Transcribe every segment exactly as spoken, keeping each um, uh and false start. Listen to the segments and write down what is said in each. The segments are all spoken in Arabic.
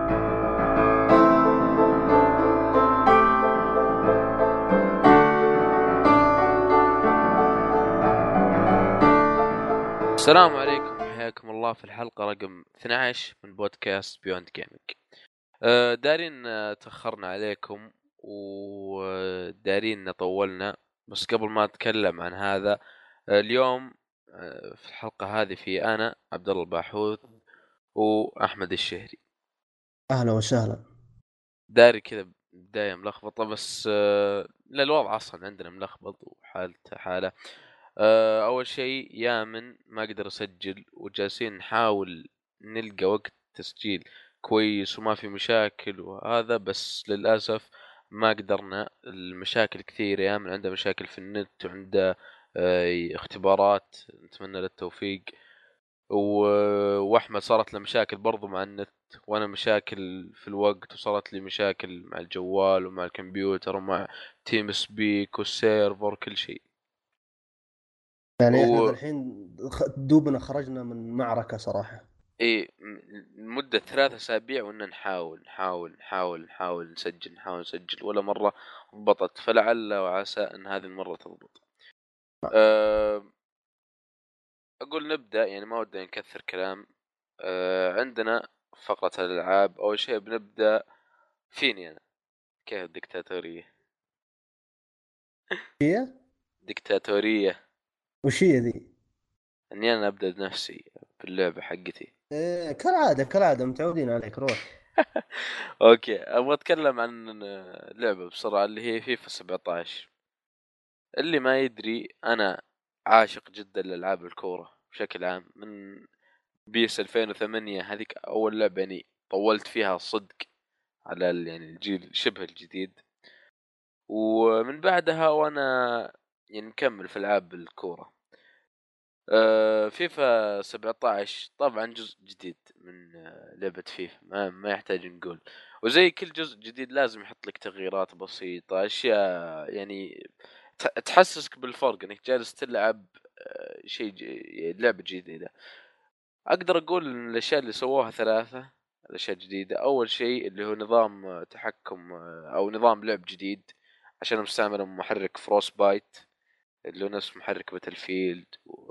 السلام عليكم، حياكم الله في الحلقة رقم اثنا عشر من بودكاست بيوند جيمنج. دارين آه، تأخرنا عليكم ودارين طولنا، بس قبل ما أتكلم عن هذا آه، اليوم آه، في الحلقة هذه في أنا عبد الله الباحوث وأحمد الشهري. اهلا وسهلا. داري كذا بداية ملخبطة، بس آه، لا الوضع أصلا عندنا ملخبط وحالته حالة. آه، أول شيء يامن ما أقدر أسجل، وجالسين نحاول نلقى وقت تسجيل كويس وما في مشاكل وهذا، بس للأسف ما قدرنا. المشاكل كثيرة، يامن عنده مشاكل في النت وعنده آه، اختبارات، نتمنى له التوفيق. و- واحمد صارت له مشاكل برضو مع النت، وانا مشاكل في الوقت، وصارت لي مشاكل مع الجوال ومع الكمبيوتر ومع تيم سبيك والسيرفر وكل شيء. يعني احنا ذا و الحين خ- دوبنا خرجنا من معركة صراحة. ايه م- مدة ثلاثة اسابيع وإن نحاول نحاول نحاول نحاول نسجل نحاول نسجل ولا مرة ضبطت، فلعل وعسى ان هذه المرة تضبط. أه اقول نبدأ، يعني ما ودي نكثر كلام. أه عندنا فقرة الالعاب. اول شيء بنبدأ فيني انا، كيف الدكتاتورية. هي دكتاتورية وش هي ذي؟ اني انا ابدأ بنفسي باللعبة حقتي. إيه كالعادة كالعادة متعودين عليك، روح. اوكي، ابغى اتكلم عن لعبة بسرعة اللي هي فيفا سبعة عشر. اللي ما يدري، انا عاشق جدا لالعاب الكورة بشكل عام. من بيس ألفين وثمانية، هذيك اول لعبة يعني طولت فيها صدق على ال- يعني الجيل شبه الجديد. ومن بعدها وانا يعني مكمل في العاب الكورة. آه، فيفا سبعة عشر طبعا جزء جديد من آه، لعبة فيفا، ما, ما يحتاج نقول. وزي كل جزء جديد لازم يحط لك تغييرات بسيطة، اشياء يعني ت- تحسسك بالفرق انك جالس تلعب آه، شيء ج- لعبة جديدة. اقدر اقول ان الاشياء اللي سووها ثلاثة الاشياء الجديدة. اول شيء اللي هو نظام آه، تحكم آه، او نظام لعب جديد، عشان مستعمل محرك فروست بايت اللي هو نفس محرك باتل فيلد،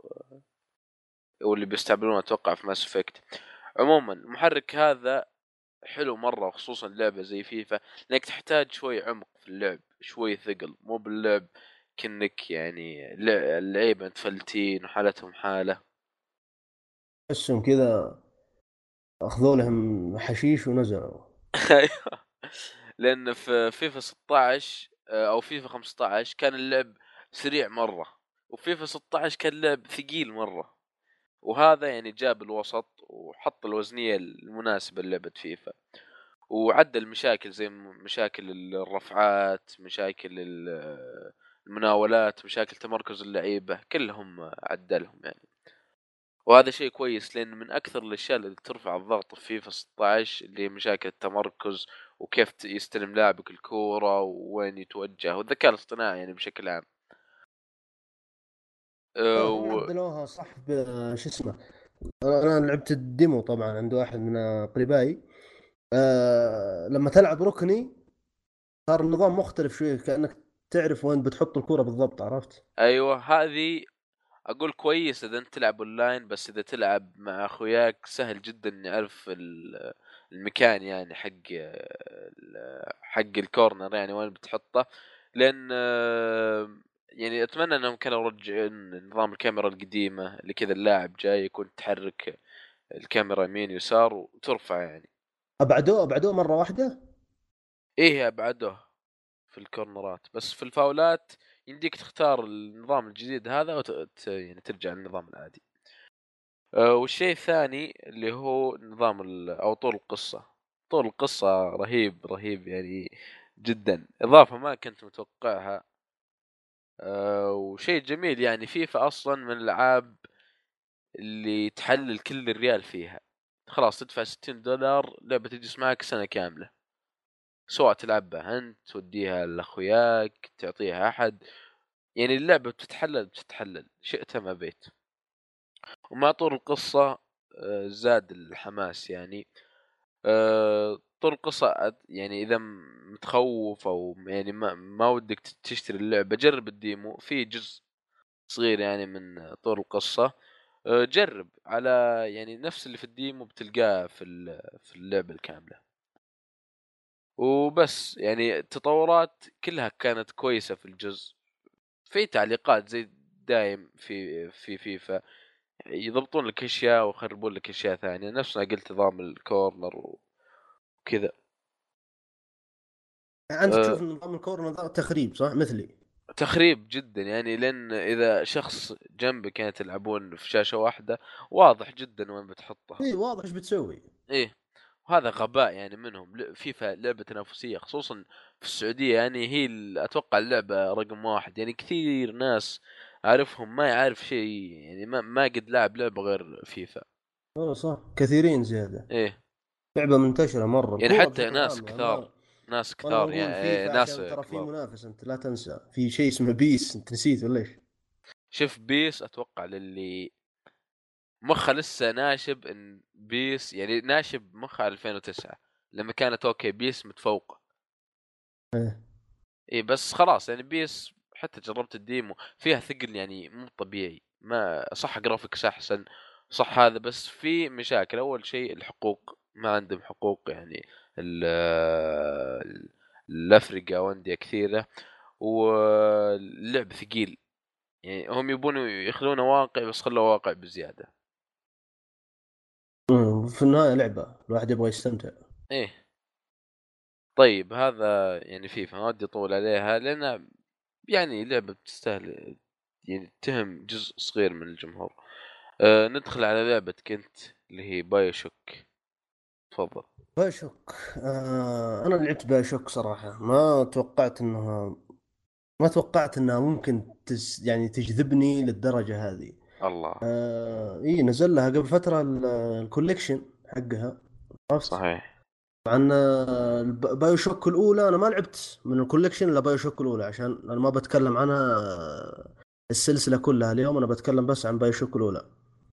واللي بيستعملونه اتوقع في ماس افكت. عموما المحرك هذا حلو مره، وخصوصا لعبه زي فيفا، لانك تحتاج شوي عمق في اللعب، شوي ثقل، مو باللعب كأنك يعني لع- اللعيبه متفلتين وحالتهم حاله. بسهم كذا، اخذوا لهم حشيش ونزلوا. أيوة. لان في فيفا ستة عشر آه، او فيفا خمسة عشر كان اللعب سريع مره، وفيفا ستة عشر كان اللعب ثقيل مره. وهذا يعني جاب الوسط وحط الوزنيه المناسبه للعبه فيفا، وعدل مشاكل زي مشاكل الرفعات، مشاكل ال- المناولات، مشاكل تمركز اللعيبة، كلهم عدلهم يعني. وهذا شيء كويس، لأن من أكثر الأشياء اللي ترفع الضغط في فيفا ستة عشر اللي هي مشاكل التمركز، وكيف ت- يستلم لاعبك الكورة وين يتوجه، والذكاء الاصطناعي يعني بشكل عام. أه، هم و... عدلوها صح، ب- شو اسمه. انا أنا لعبت الديمو طبعا عند واحد من اقربائي. أه لما تلعب ركني صار النظام مختلف شوي، كأنك تعرف وين بتحط الكرة بالضبط، عرفت؟ أيوة، هذه اقول كويس اذا انت تلعب اونلاين، بس اذا تلعب مع اخوياك سهل جدا نعرف ال- المكان يعني حق ال- حق الكورنر، يعني وين بتحطه. لان آه، يعني اتمنى انهم كانوا رجعين نظام الكاميرا القديمة اللي كذا اللاعب جاي يكون تحرك الكاميرا يمين يسار وترفع يعني. ابعدوه ابعدوه مرة واحدة. ايه ابعده في الكورنرات، بس في الفاولات يمديك تختار النظام الجديد هذا وت... يعني ترجع للنظام العادي. أه، والشيء الثاني اللي هو نظام ال- او طول القصة. طول القصة رهيب رهيب يعني جدا، اضافة ما كنت متوقعها. أه، وشيء جميل يعني. فيفا اصلا من الالعاب اللي تحلل كل الريال فيها. خلاص تدفع ستين دولار لعبة تجلس معك سنة كاملة، سواء تلعبها انت توديها لاخوياك تعطيها احد، يعني اللعبة بتتحلل بتتحلل شئت ما بيت. ومع طول القصة أه، زاد الحماس يعني. أه طول القصة أت- يعني إذا م- متخوف أو يعني ما, ما ودك ت- تشتري اللعبة، جرب الديمو في جزء صغير يعني من طول القصة. أه جرب على يعني نفس اللي في الديمو بتلقاه في ال- في اللعبة الكاملة. وبس يعني التطورات كلها كانت كويسة في الجزء. في تعليقات زي دايم في في فيفا، يضبطون لك اشياء ويخربون لك اشياء ثانيه، نفس ما قلت نظام الكورنر وكذا. يعني انت أه تشوف ان نظام الكورنر ذا تخريب صح مثلي؟ تخريب جدا يعني، لان اذا شخص جنبك يعني تلعبون في شاشه واحده واضح جدا وين بتحطه. اي واضح ايش بتسوي. ايه، وهذا غباء يعني منهم. ل- فيفا لعبه تنافسيه خصوصا في السعوديه، يعني هي ال- اتوقع اللعبه رقم واحد. يعني كثير ناس اعرفهم ما يعرف شيء، يعني ما ما قد لعب لعبه غير فيفا. والله صح، كثيرين زياده. ايه، لعبه منتشره مره، يعني الكوره حتى بشكل ناس عام يعني. ما كثار، ناس وانا كثار بقول يعني إيه، فيفا ناس عشان ترى في كبار. منافسه، انت لا تنسى في شيء اسمه بيس، انت نسيت ولا ايش؟ شوف بيس اتوقع للي مخه لسه ناشب، ان بيس يعني ناشب مخه على ألفين وتسعة لما كانت اوكي بيس متفوقة. ايه. اي بس خلاص يعني بيس حتى جربت الديمو فيها ثقل يعني مو طبيعي. ما صح جرافيكس احسن صح هذا، بس في مشاكل. اول شيء الحقوق، ما عندهم حقوق يعني ال- ال- الافرقة واندية كثيرة، واللعب ثقيل. يعني هم يبون يخلونه واقع بس خلوه واقع بزيادة. أمم، في النهايه لعبه الواحد يبغى يستمتع. ايه طيب، هذا يعني فيفا ما ودي اطول عليها لان يعني لعبة بتستاهل يعني تهم جزء صغير من الجمهور. أه ندخل على لعبة كنت اللي هي بايو شوك. تفضل. بايوشوك. آه انا لعبت بايوشوك صراحه، ما توقعت انها ما توقعت انها ممكن تس يعني تجذبني للدرجه هذه. الله. آه اي نزل لها قبل فتره ال- الكوليكشن حقها، عرفت؟ صحيح. طبعا آه، الب- بايو شوك الاولى انا ما لعبت من الكوليكشن الا بايو شوك الاولى، عشان انا ما بتكلم عنها آه، السلسله كلها اليوم، انا بتكلم بس عن بايو شوك الاولى.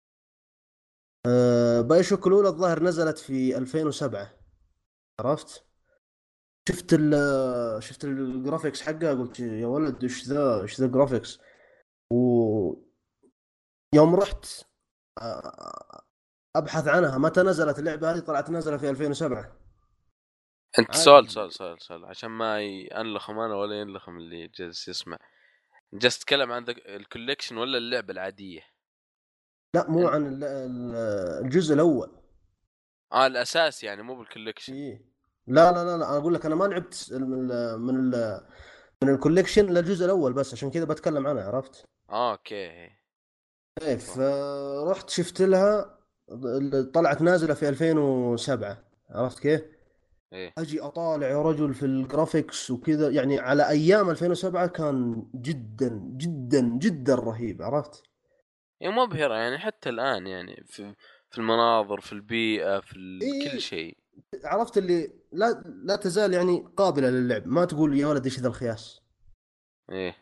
آه، بايو شوك الاولى الظاهر نزلت في ألفين وسبعة، عرفت؟ شفت ال شفت الجرافيكس حقها، قلت يا ولد ايش ذا، ايش ذا جرافيكس. ويوم رحت آه، ابحث عنها متى نزلت اللعبه هذه، طلعت نازله في ألفين وسبعة. انت سؤال عادي. سؤال سؤال سؤال عشان ما ينلخم انا ولا ينلخم اللي جالس يسمع. جالس تتكلم عن ذا- الكوليكشن ولا اللعبة العادية؟ لا مو انت عن ال- ال- الجزء الاول. اه الاساس يعني مو بالكوليكشن. ايه. لا لا لا لا، انا اقول لك انا ما لعبت ال- ال- من ال من الكوليكشن للجزء الاول، بس عشان كذا بتكلم عنها، عرفت؟ آه اوكي. ايه، تفضل. فرحت شفت لها، اللي طلعت نازله في ألفين وسبعة، عرفت كيف؟ ايه اجي اطالع يا رجل في الجرافيكس وكذا، يعني على ايام ألفين وسبعة كان جدا جدا جدا رهيب، عرفت؟ هي مبهرة يعني حتى الآن، يعني في في المناظر في البيئة في ال... كل ايه. شيء. عرفت اللي لا لا تزال يعني قابله للعب، ما تقول يا ولد ايش ذا الخياس. ايه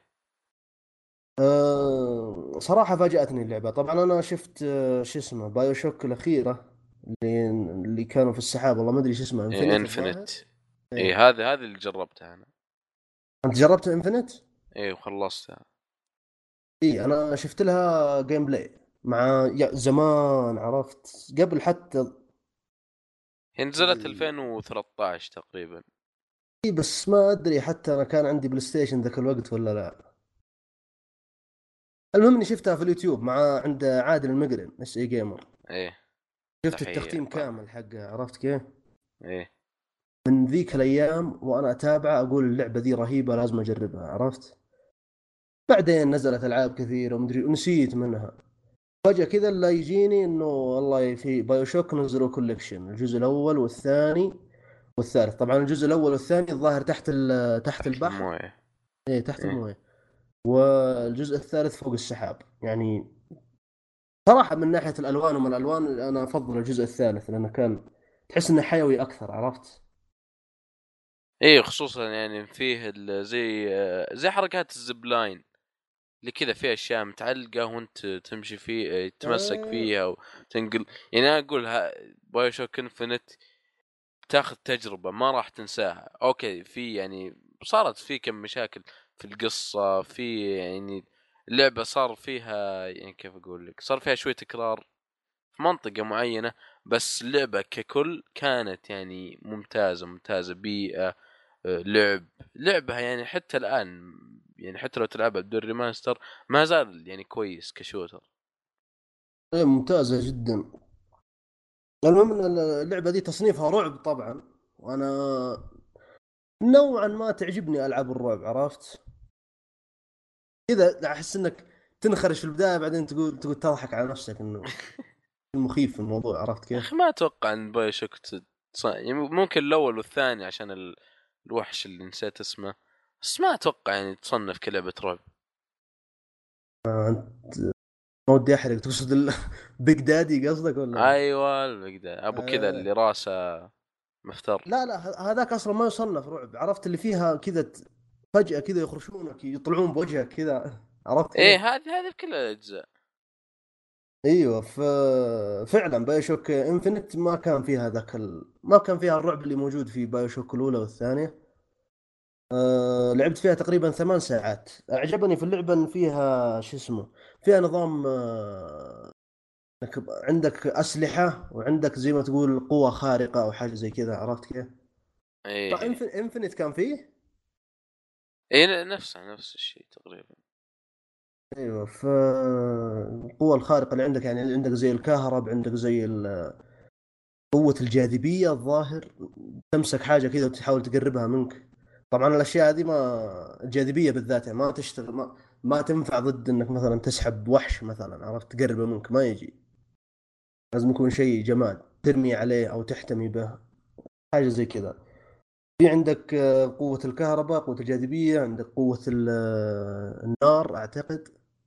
أه صراحة فاجأتني اللعبة. طبعا أنا شفت أه شو اسمه بايو شوك الأخيرة، اللي اللي كانوا في السحاب، والله ما أدري شو اسمه، ايه انفنت انفنت. الظاهر. ايه إيه. هذه هذه اللي جربتها انا. أنت جربت انفنت؟ ايه وخلصتها. إيه، أنا شفت لها جيم بلاي مع يا زمان، عرفت؟ قبل حتى. هي نزلت ال... ألفين وثلاثة عشر تقريبا. إيه بس ما أدري حتى أنا كان عندي بلاي ستيشن ذاك الوقت ولا لا. المهم إني شفتها في اليوتيوب مع عند عادل المقرن اس اي جيمر. ايه شفت تحية التختيم طبعا. كامل حقه، عرفت كيف؟ ايه من ذيك الايام وانا اتابعه، اقول اللعبه ذي رهيبه لازم اجربها، عرفت؟ بعدين نزلت العاب كثيره ومدري ونسيت منها. فجاه كذا اللي يجيني انه والله في بايو شوك نزلوا كوليكشن، الجزء الاول والثاني والثالث. طبعا الجزء الاول والثاني الظاهر تحت ال- تحت تحت البحر. المويه. ايه تحت ايه المويه. والجزء الثالث فوق السحاب يعني. صراحه من ناحيه الالوان وما الالوان انا افضل الجزء الثالث، لانه كان تحس انه حيوي اكثر، عرفت؟ ايه خصوصا يعني فيه ال- زي آه، زي حركات الزبلاين اللي كذا فيها اشياء متعلقة وانت تمشي فيه، آه، تتمسك آه. فيها وتنقل. يعني انا اقول بايو شوك انفنت تاخذ تجربة ما راح تنساها. اوكي في يعني صارت في كم مشاكل في القصة، في يعني اللعبة صار فيها يعني كيف اقول لك، صار فيها شوية تكرار في منطقة معينة، بس اللعبة ككل كانت يعني ممتازة ممتازة. بيئة، آه، لعب لعبها يعني حتى الآن، يعني حتى لو تلعبها بدون ريماستر ما زال يعني كويس كشوتر. إيه، ممتازة جدا. المهم ان اللعبة دي تصنيفها رعب طبعا، وانا نوعا ما تعجبني العاب الرعب، عرفت؟ كذا احس انك تنخرش في البداية، بعدين تقول تقول تضحك على نفسك انه المخيف في الموضوع، عرفت يا كيف؟ اخي ما اتوقع ان باي شوك ت- تص- يعني ممكن الاول والثاني عشان ال... الوحش اللي نسيت اسمه، بس ما اتوقع يعني تصنف كلعبة رعب. ما ودي احرق، تقصد البيج دادي قصدك ولا لا؟ ايوه البقدة ابو كذا آه. اللي راسه مفتر. لا لا، ه- هذاك اصلا ما يصنف رعب، عرفت؟ اللي فيها كذا ت- فجأة كذا يخرشونك يطلعون بوجهك كذا، عرفت ايه كيف؟ هذه هذه بكل الاجزاء. ايوه، ف فعلا بايوشوك انفنت ما كان فيها ذاك ال... ما كان فيها الرعب اللي موجود في بايوشوك الاولى والثانيه. أه... لعبت فيها تقريبا ثمان ساعات. اعجبني في اللعبه ان فيها شو اسمه، فيها نظام، أه... إنك عندك اسلحه وعندك زي ما تقول قوه خارقه او حاجه زي كذا، عرفت كيف؟ ما ايه انف... انفنت كان فيه. ايه نفسه نفس الشيء تقريبا. ايوه، ف القوه الخارقه اللي عندك يعني عندك زي الكهرب، عندك زي ال- قوه الجاذبيه الظاهر، تمسك حاجه كذا وتحاول تقربها منك. طبعا الاشياء هذه ما الجاذبيه بالذات يعني ما تشتغل، ما ما تنفع ضد انك مثلا تسحب وحش مثلا، عرفت؟ تقربه منك ما يجي، لازم يكون شيء جماد ترمي عليه او تحتمي به، حاجه زي كذا. في عندك آه، قوه الكهرباء، قوه الجاذبيه، عندك قوه ال- آه، النار اعتقد.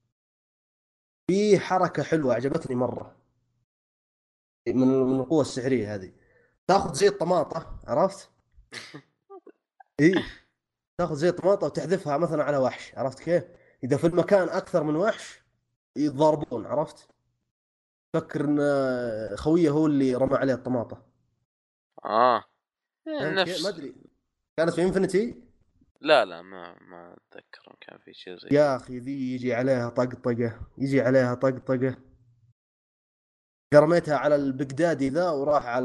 في حركه حلوه عجبتني مره من من القوة السحرية هذه، تاخذ زي الطماطة، عرفت؟ اي، تاخذ زي الطماطة وتحذفها مثلا على وحش، عرفت كيف؟ اذا في المكان اكثر من وحش يتضاربون، عرفت؟ فكر ان خويه هو اللي رمى عليه الطماطة. اه إيه فهمت كيف؟ ما نفس. ادري، كانت في انفنتي. لا لا ما ما اتذكر إن كان في شيء زي يا كذا. اخي ذي يجي عليها طقطقة، يجي عليها طقطقة. رميتها على البغدادي ذا وراح على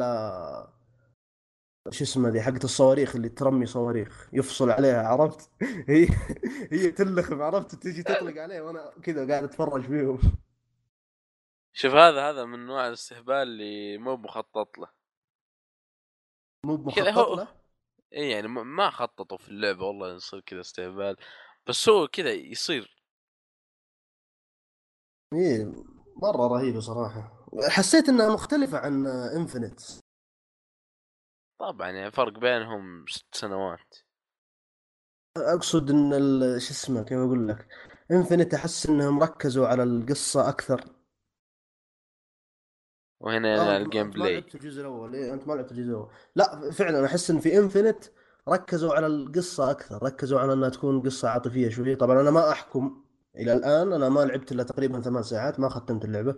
شو اسمه ذي حقت الصواريخ اللي ترمي صواريخ يفصل عليها، عرفت؟ هي هي تلخم، عرفت؟ تجي تطلق عليه وانا كذا قاعد اتفرج فيهم. شوف هذا هذا من نوع الاستهبال اللي مو مخطط له. مو كذا بمخطط هو له. ايه يعني ما ما خططوا في اللعبة والله يصير كذا استهبال، بس هو كذا يصير. ايه، مره رهيبه صراحه. حسيت انها مختلفه عن انفنت. طبعا يعني فرق بينهم ست سنوات. اقصد ان ال- شو اسمه كيف اقول لك، انفنت احس انهم ركزوا على القصه اكثر. وهنا اه يعني انت ما الجيم انت ما بلاي. لعبت الجزء الاول، ايه انت ما لعبت الجزء الاول. لا فعلا احس ان في انفنت ركزوا على القصه اكثر، ركزوا على انها تكون قصه عاطفيه شويه. طبعا انا ما احكم، الى الان انا ما لعبت الا تقريبا ثمان ساعات، ما ختمت اللعبه.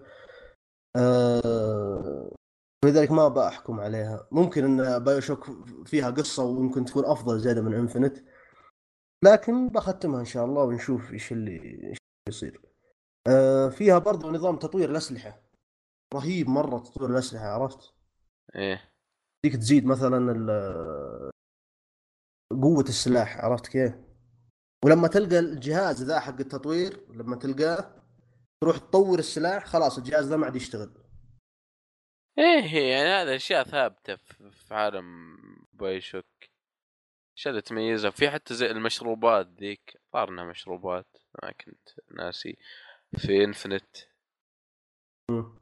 أه... لذلك ما بحكم عليها. ممكن ان بايو شوك فيها قصه وممكن تكون افضل زياده من انفنت، لكن بختمها ان شاء الله ونشوف ايش اللي ايش اللي يصير. أه... فيها برضو نظام تطوير الاسلحه رهيب مره، تطوير الاسلحه، عرفت؟ ايه ديك تزيد مثلا ال- قوة السلاح، عرفت كيف؟ ولما تلقى الجهاز ذا حق التطوير، لما تلقاه تروح تطور السلاح، خلاص الجهاز ذا ما عاد يشتغل. ايه يعني هذا اشياء ثابتة في في عالم باي شوك. ايش اللي تميزها في حتى زي المشروبات ذيك، صارنا مشروبات ما كنت ناسي في انفنت. مم.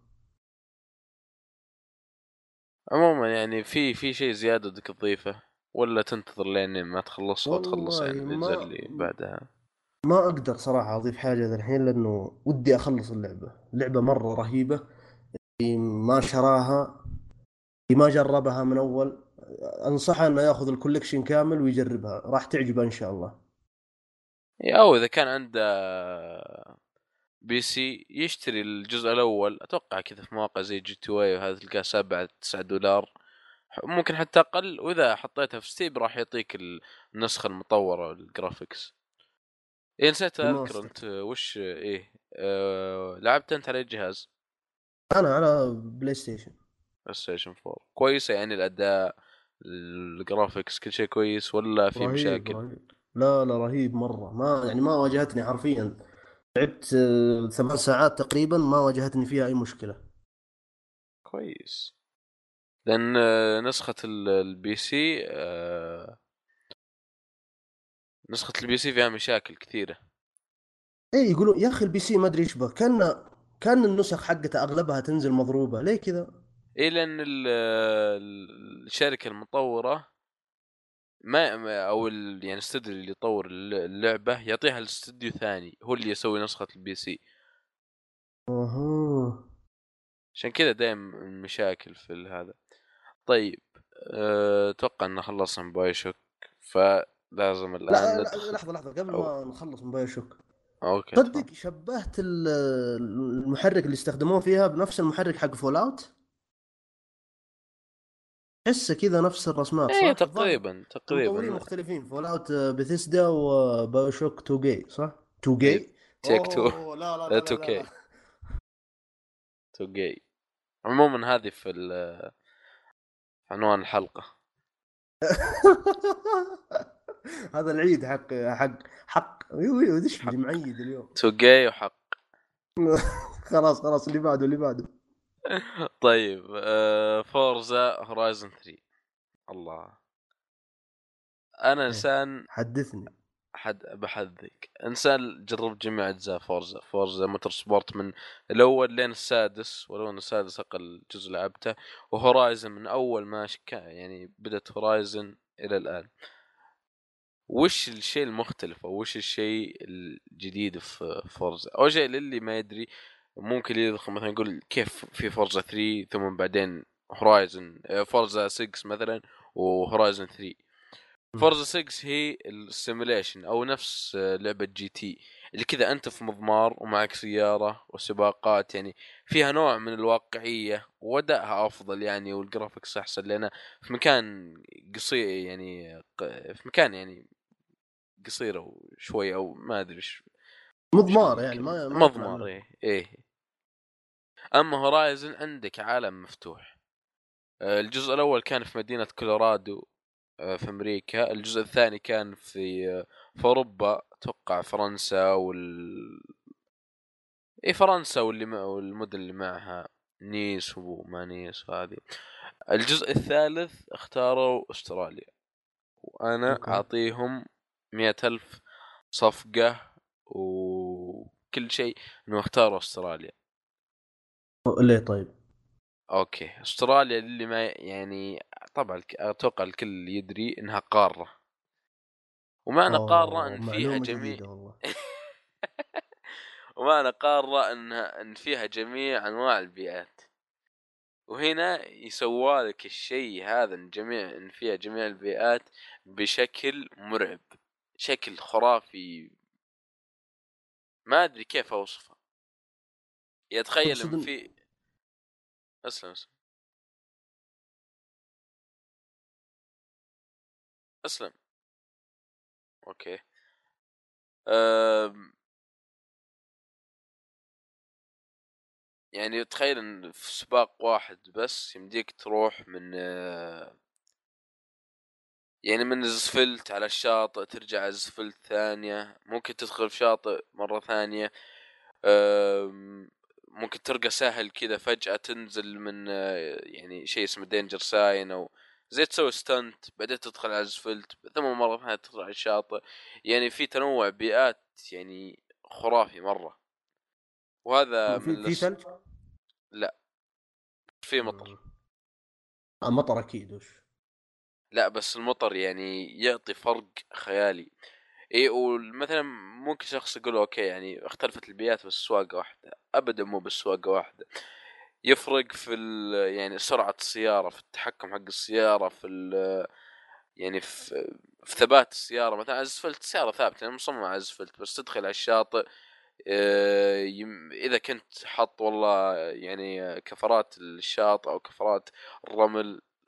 عموما يعني في في شيء زيادة بدك تضيفه، ولا تنتظر لين ما تخلصها وتخلص يعني والله الأجزاء ما اللي بعدها؟ ما اقدر صراحة اضيف حاجة ذا الحين، لانه ودي اخلص اللعبة. اللعبة مرة رهيبة. ما شراها، ما جربها من اول، انصحه انه ياخذ الكوليكشن كامل ويجربها، راح تعجبه ان شاء الله. او اذا كان عنده بي سي يشتري الجزء الاول، اتوقع كذا في مواقع زي جي تي واي وهذا تلقاه سبعة تسعة دولار، ممكن حتى اقل، واذا حطيتها في ستيم راح يعطيك النسخه المطوره الجرافيكس. إيه نسيت اذكر ريماستر. انت وش ايه أه... لعبت انت على الجهاز؟ انا على بلاي ستيشن. ستيشن فور كويسه يعني الاداء، الجرافيكس كل شيء كويس ولا في رهيب مشاكل؟ رهيب. لا لا رهيب مرة، ما يعني ما واجهتني حرفيا. لعبت آه، ثمان ساعات تقريبا، ما واجهتني فيها أي مشكلة. كويس. لان آه، نسخه ال- البي سي آه، نسخه البي سي فيها مشاكل كثيره. ايه يقولوا يا اخي البي سي ما ادري ايش به، كان كان النسخ حقتها اغلبها تنزل مضروبة، ليه كذا؟ ايه لان ال- ال- الشركه المطوره ما ما- او ال... يعني الاستوديو اللي يطور الل- اللعبه يعطيها الاستوديو ثاني هو اللي يسوي نسخه البي سي. اها. عشان كذا دايم مشاكل في هذا. طيب أه، اتوقع ان خلصنا من باي شوك، فلازم الان لا لا ندخل. لحظة لحظة قبل او ما نخلص من بايو شوك. اوكي تفضل. تصدق شبهت ال- المحرك اللي استخدموه فيها بنفس المحرك حق فول اوت. تحسه كذا نفس الرسمات ايه صح؟ الظاهر تقريبا المطورين تقريبا. مختلفين، فول اوت بثيسدا وبايو شوك تو جي صح؟ تو ايه جي. تيك تو. اوه لا لا لا لا تو لا كي. لا. تو جي. عموما هذه في ال- عنوان الحلقه. هذا العيد حق حق حق ايوه ايش حق. اللي معيد اليوم. تو جي وحق. خلاص خلاص اللي بعده اللي بعده. طيب أه فورزا هورايزن ثري. الله. انا إيه، انسان حدثني. حد بحذك انسان جربت جميع اجزاء فورزا فورزا موتور سبورت من الاول لين السادس، ولو ان السادس اقل جزء لعبته. وهورايزن من اول ما شك... يعني بدت هورايزن الى الان. وش الشيء المختلف او وش الشيء الجديد في فورزا؟ اول شيء للي ما يدري ممكن يدخل مثلا يقول كيف في فورزا ثري ثم بعدين هورايزن فورزا سكس مثلا وهورايزن ثري. فورزا سكس هي السيميليشن او نفس لعبة جي تي اللي كذا انت في مضمار ومعك سيارة وسباقات، يعني فيها نوع من الواقعية وادائها افضل يعني، والجرافيكس احسن لانها في مكان قصير يعني ق- في مكان يعني قصيرة شوي او ما ادري ايش وش مضمار يعني الكلمة، ما ما يطلع مضمار منه. ايه ايه. اما هورايزن عندك عالم مفتوح. آه، الجزء الاول كان في مدينة كولورادو آه، في امريكا. الجزء الثاني كان في آه، في اوروبا اتوقع فرنسا وال اي فرنسا واللي مع والمدن اللي معها نيس وما نيس وهذه. الجزء الثالث اختاروا استراليا، وانا اوكي. اعطيهم مئة الف صفقة وكل شيء انه اختاروا استراليا. ليه طيب؟ اوكي استراليا اللي ما يعني طبعا الك- اتوقع الكل يدري انها قارة، ومعنى قارة اوه ان فيها معلومة جميع جديدة والله. ومعنى قارة انها ان فيها جميع انواع البيئات. وهنا يسوالك الشيء هذا ان جميع ان فيها جميع البيئات بشكل مرعب، شكل خرافي، ما ادري كيف اوصفه. يتخيل تقصد ان إن- في اسلم اسلم اسلم. اوكي. أم... يعني تخيل ان في سباق واحد بس يمديك تروح من آه، يعني من زفلت على الشاطئ ترجع على زفلت ثانية، ممكن تدخل في شاطئ مرة ثانية. أم، ممكن ترقى سهل كذا فجأة تنزل من آه، يعني شيء اسمه دينجر ساين او زي تسوي ستانت بعدين تدخل على الزفلت ثم مرة ثانية تدخل على الشاطئ. يعني في تنوع بيئات يعني خرافي مرة. وهذا من في في الأس... ثلج؟ لا في مم. مطر. آه، مطر اكيد وش. لا بس المطر يعني يعطي فرق خيالي. اي ومثلا ممكن شخص يقول اوكي يعني اختلفت البيئات بس سواقة واحدة، ابدا مو بالسواقة واحدة. يفرق في ال... يعني سرعة السيارة، في التحكم حق السيارة، في ال... يعني في في ثبات السيارة. مثلا على الاسفلت السيارة ثابتة يعني مصممة على الاسفلت، بس تدخل على الشاطئ آه، يم... اذا كنت حط والله يعني كفرات الشاطئ او كفرات الرمل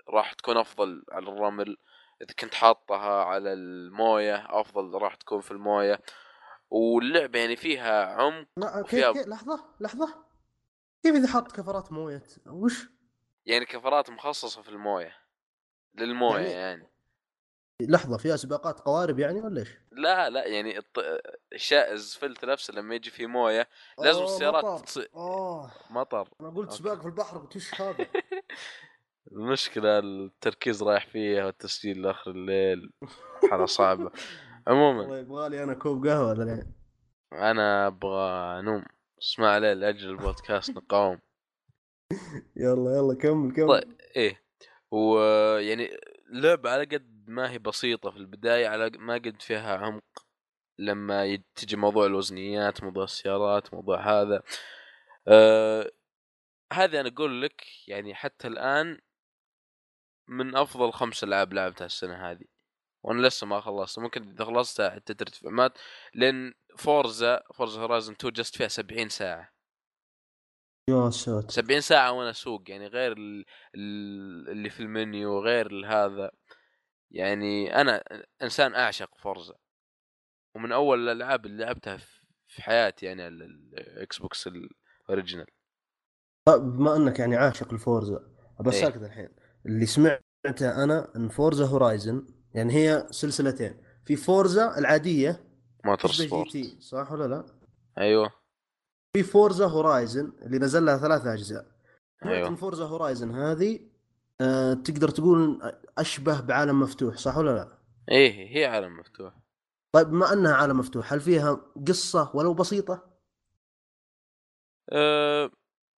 راح تكون افضل على الرمل، اذا كنت حاطها على المويه افضل راح تكون في المويه. واللعبه يعني فيها عمق لا كيف وفيها كيف لحظه لحظه، كيف اذا حط كفرات مويه وش يعني كفرات مخصصه في المويه للمويه يعني؟ يعني. لحظه، فيها سباقات قوارب يعني ولا ايش؟ لا لا يعني الط... الشا... الزفلت نفسه لما يجي في مويه لازم اوه السيارات مطر، تص... اوه مطر. انا قلت اوكي. سباق في البحر، قلت ايش هذا؟ المشكلة التركيز رايح فيها والتسجيل لآخر الليل، حالة صعبة. عموما والله يبغالي انا كوب قهوه الحين. أنا أبغى أنوم، اسمع عليه لأجل البودكاست نقاوم. يلا يلا كمل طيب. كمل. إيه. ويعني لعبة على قد ما هي بسيطة في البداية، على ما قد فيها عمق لما يج- تجي موضوع الوزنيات، موضوع السيارات، موضوع هذا. آه هذه أنا أقول لك يعني حتى الآن من أفضل خمس ألعاب لعبتها السنة هذه، وانا لسه ما خلصت. ممكن اذا خلصتها حتى ترتفع مات، لان فورزا فورزا هورايزن تو جست فيها سبعين ساعة. يا ساتر. سبعين ساعة وانا اسوق، يعني غير ال- ال- اللي في المنيو، غير هذا. يعني انا انسان اعشق فورزا، ومن اول الالعاب اللي لعبتها في في حياتي يعني على الاكس بوكس الاوريجينال. طيب بما انك يعني عاشق الفورزا، ايه. بسالك الحين. اللي سمعته انا ان فورزا هورايزن يعني هي سلسلتين، في فورزا العاديه موتور تشبه جي سبورت. تي صح ولا لا؟ ايوه. في فورزا هورايزن اللي نزل لها ثلاثة اجزاء. سمعت ايوه. ان فورزا هورايزن هذه آه تقدر تقول اشبه بعالم مفتوح صح ولا لا؟ ايه هي عالم مفتوح. طيب بما انها عالم مفتوح، هل فيها قصه ولو بسيطه؟ أه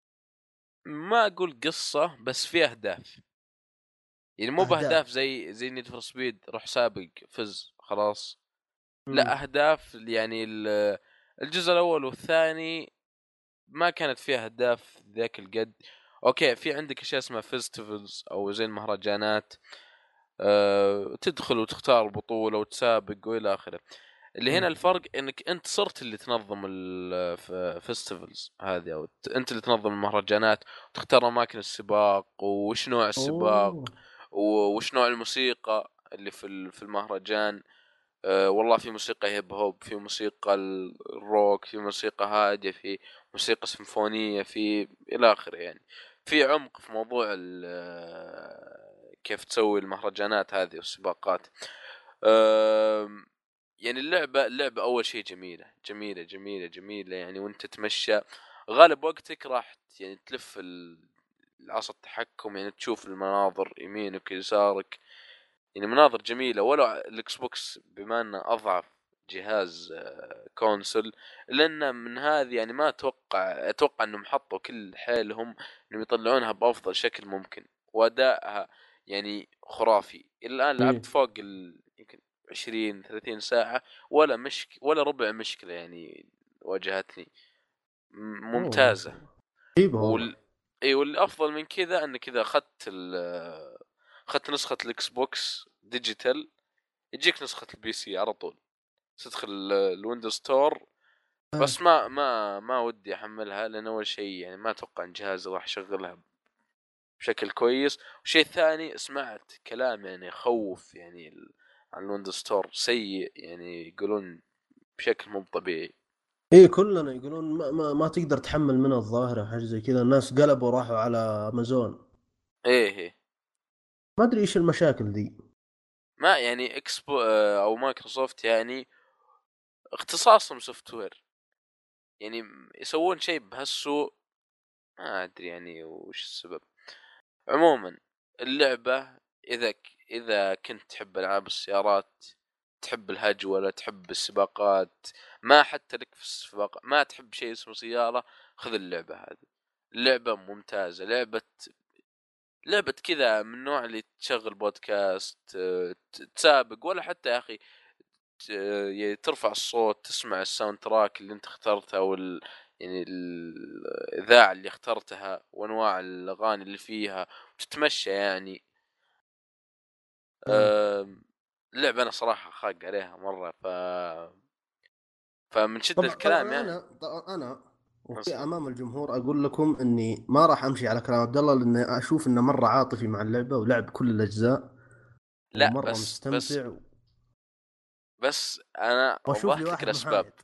ما اقول قصة، بس فيها اهداف. يعني مو اهداف. باهداف زي زي نيد فور سبيد روح سابق فز خلاص. امم. لا، اهداف يعني ال- الجزء الاول والثاني ما كانت فيها اهداف ذاك القد. اوكي، في عندك اشياء اسمها فيستيفالز او زي المهرجانات، أه تدخل وتختار بطولة وتسابق والى اخره. اللي هنا الفرق انك انت صرت اللي تنظم الفيستيفالز هذه، او ت- انت اللي تنظم المهرجانات وتختار اماكن السباق وش نوع السباق اوه. وش نوع الموسيقى اللي في ال- في المهرجان. أه والله في موسيقى هيب هوب، في موسيقى الروك، في موسيقى هادية، في موسيقى سيمفونية، في إلى آخره. يعني في عمق في موضوع ال- كيف تسوي المهرجانات هذه والسباقات. أم، يعني اللعبة اللعبة أول شيء جميلة جميلة جميلة جميلة يعني. وأنت تتمشى غالب وقتك راح يعني تلف ال- العصا التحكم، يعني تشوف المناظر يمينك يسارك، يعني مناظر جميلة. ولو الاكس بوكس بما انه اضعف جهاز آه، كونسول، لان من هذه يعني ما اتوقع اتوقع انهم حطوا كل حيلهم انهم يطلعونها بافضل شكل ممكن، وادائها يعني خرافي. الى الان لعبت ايه. فوق ال... يمكن عشرين ثلاثين ساعة، ولا مشك ولا ربع مشكلة يعني واجهتني. م- اوه ممتازة. رهيبه والله. وال... اي والافضل من كذا انك اذا اخذت ال... اخذت نسخة الاكس بوكس ديجيتال، يجيك نسخة البي سي على طول، تدخل ال- الويندوز ستور. آه. بس ما ما ما ودي احملها، لان اول شيء يعني ما اتوقع ان جهازي راح يشغلها بشكل كويس. وشيء ثاني سمعت كلام يعني يخوف يعني ال- عن الويندوز ستور سيء، يعني يقولون بشكل مو طبيعي. ايه كلنا يقولون ما, ما, ما تقدر تحمل منها الظاهره، حاجه زي كذا، الناس قلبوا وراحوا على امازون. ايه ايه. ما ادري ايش المشاكل ذي. ما يعني اكسبو آه، او مايكروسوفت يعني اختصاصهم سوفت وير، يعني يسوون شيء بهالسوء. ما ادري يعني وش السبب. عموما اللعبة، إذا ك... إذا كنت تحب ألعاب السيارات، تحب الهجولة، تحب السباقات، ما حتى لك في السباق ما تحب شيء اسمه سيارة، خذ اللعبة هذه. اللعبة ممتازة. لعبة لعبة كذا من النوع اللي تشغل بودكاست، ت- تسابق، ولا حتى يا أخي ت- يعني ترفع الصوت تسمع الساوند تراك اللي انت اخترته، او ال... يعني الاذاعه اللي اخترتها وانواع الاغاني اللي فيها، وتتمشى يعني. آه. أم... اللعبه انا صراحه خاق عليها مره. ف فمن شده طبعا الكلام طبعا يعني. انا طبعا انا وفي اسلم. امام الجمهور اقول لكم اني ما راح امشي على كلام عبد الله، لاني اشوف انه مره عاطفي مع اللعبه ولعب كل الاجزاء لا ومره بس بس مستمتع. بس انا واشوف لي وضحت لك واحد الاسباب. محايد.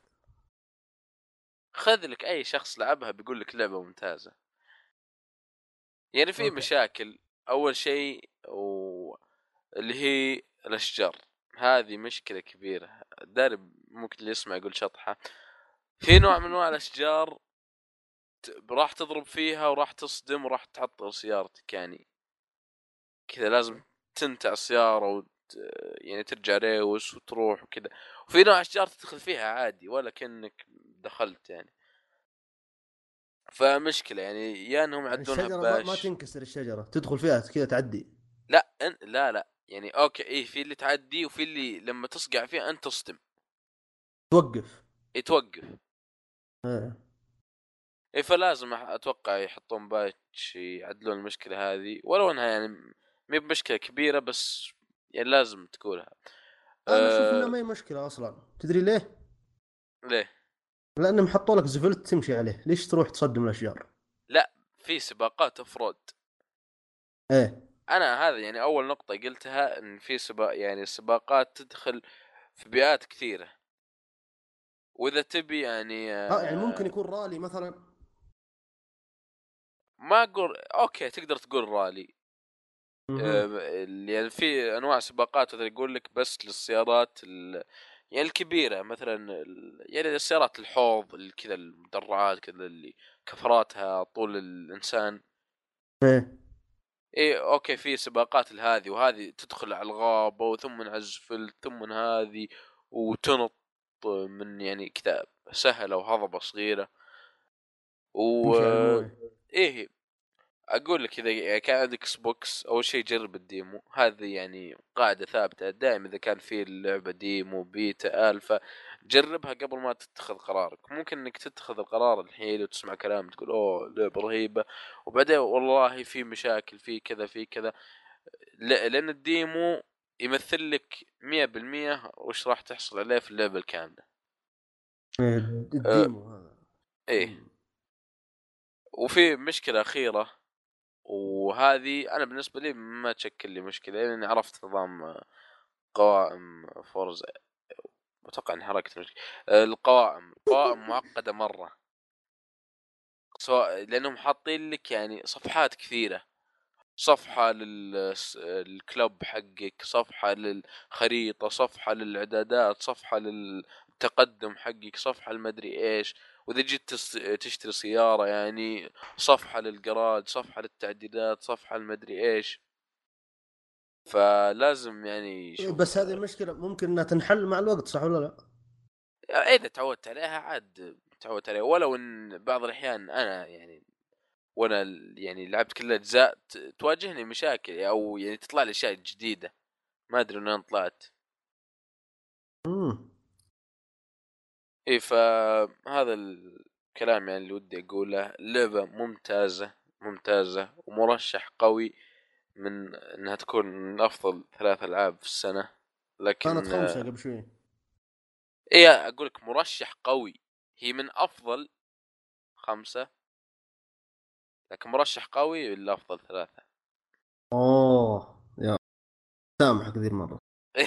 خذ لك اي شخص لعبها بيقول لك لعبه ممتازه. يعني في اوكي. مشاكل. اول شيء و... اللي هي الاشجار، هذه مشكله كبيره. داري ممكن اللي يسمع يقول شطحه. في نوع من انواع الاشجار ت- راح تضرب فيها وراح تصدم وراح تعطل سيارتك يعني. كذا لازم تنتع السياره وت... يعني ترجع ريوس وتروح وكذا. وفي نوع اشجار تدخل فيها عادي ولا كأنك دخلت يعني. فمشكله يعني يا انهم يعني يعدونها الشجره ما, ما بباش. تنكسر الشجره، تدخل فيها كذا تعدي. لا أن... لا لا يعني اوكي ايه، في اللي تعدي وفي اللي لما تصقع فيها انت تصدم. توقف. يتوقف. ايه. ايه فلازم أح- اتوقع يحطون باتش يعدلون المشكله هذه، ولو انها يعني مي بمشكله كبيره بس يعني لازم تقولها. انا اشوف انها أه... ما هي مشكله اصلا، تدري ليه؟ ليه؟ لانهم حطوا لك زفلت تمشي عليه، ليش تروح تصدم الاشجار؟ لا في سباقات افرود. ايه. انا هذا يعني اول نقطه قلتها ان في سباق، يعني السباقات تدخل في بيئات كثيره. واذا تبي يعني اه يعني ممكن أه... يكون رالي مثلا. ما اقول اوكي تقدر تقول رالي. اها. آه، يعني في انواع سباقات مثلا يقول لك بس للسيارات ال... يعني الكبيره مثلا ال... يعني السيارات الحوض ال- كذا المدرعات كذا اللي كفراتها طول الانسان. ايه. ايه اوكي في سباقات لهذه، وهذه تدخل على الغابه وثم على الزفل ثم من هذه وتنط من يعني كذا سهله وهضبه صغيره. و تمشي على المويه. ايه اقول لك اذا كان عندك اكس بوكس اول شيء جرب الديمو، هذه يعني قاعده ثابته دائما اذا كان في اللعبه ديمو بيتا الفا جربها قبل ما تتخذ قرارك. ممكن انك تتخذ القرار الحين وتسمع كلام تقول اوه لعبه رهيبه وبعدين والله في مشاكل في كذا في كذا. لا لان الديمو يمثل لك مية بالمية وش راح تحصل عليه في اللعبه الكامله. إيه، أه الديمو هذا. ايه. مم. وفي مشكله اخيره، وهذه انا بالنسبه لي ما تشكل لي مشكله لاني عرفت نظام قوائم فورز. اتوقع ان حركت المشكله. القوائم القوائم معقده مره، سواء لانهم حاطين لك يعني صفحات كثيره. صفحه للكلب حقك، صفحه للخريطه، صفحه للاعدادات، صفحه للتقدم حقك، صفحه المدري ايش. واذا جيت تشتري سياره يعني صفحه للجراج، صفحه للتعديلات، صفحه المدري ايش. فلازم يعني بس شوف. هذه المشكله ممكن انها تنحل مع الوقت، صح ولا لا؟ اذا تعودت عليها عاد تعودت عليها، ولو ان بعض الاحيان انا يعني وانا يعني لعبت كل الاجزاء ت- تواجهني مشاكل او يعني تطلع لي اشياء جديده ما ادري من وين طلعت. امم. اي فهذا الكلام يعني اللي ودي اقوله. لعبه ممتازه ممتازه ومرشح قوي من انها تكون من افضل ثلاث العاب في السنه. كانت لكن خمسه قبل شوي. اي اقول لك مرشح قوي. هي من افضل خمسه لكن مرشح قوي لافضل ثلاثه. اوه يا سامح كثير مره.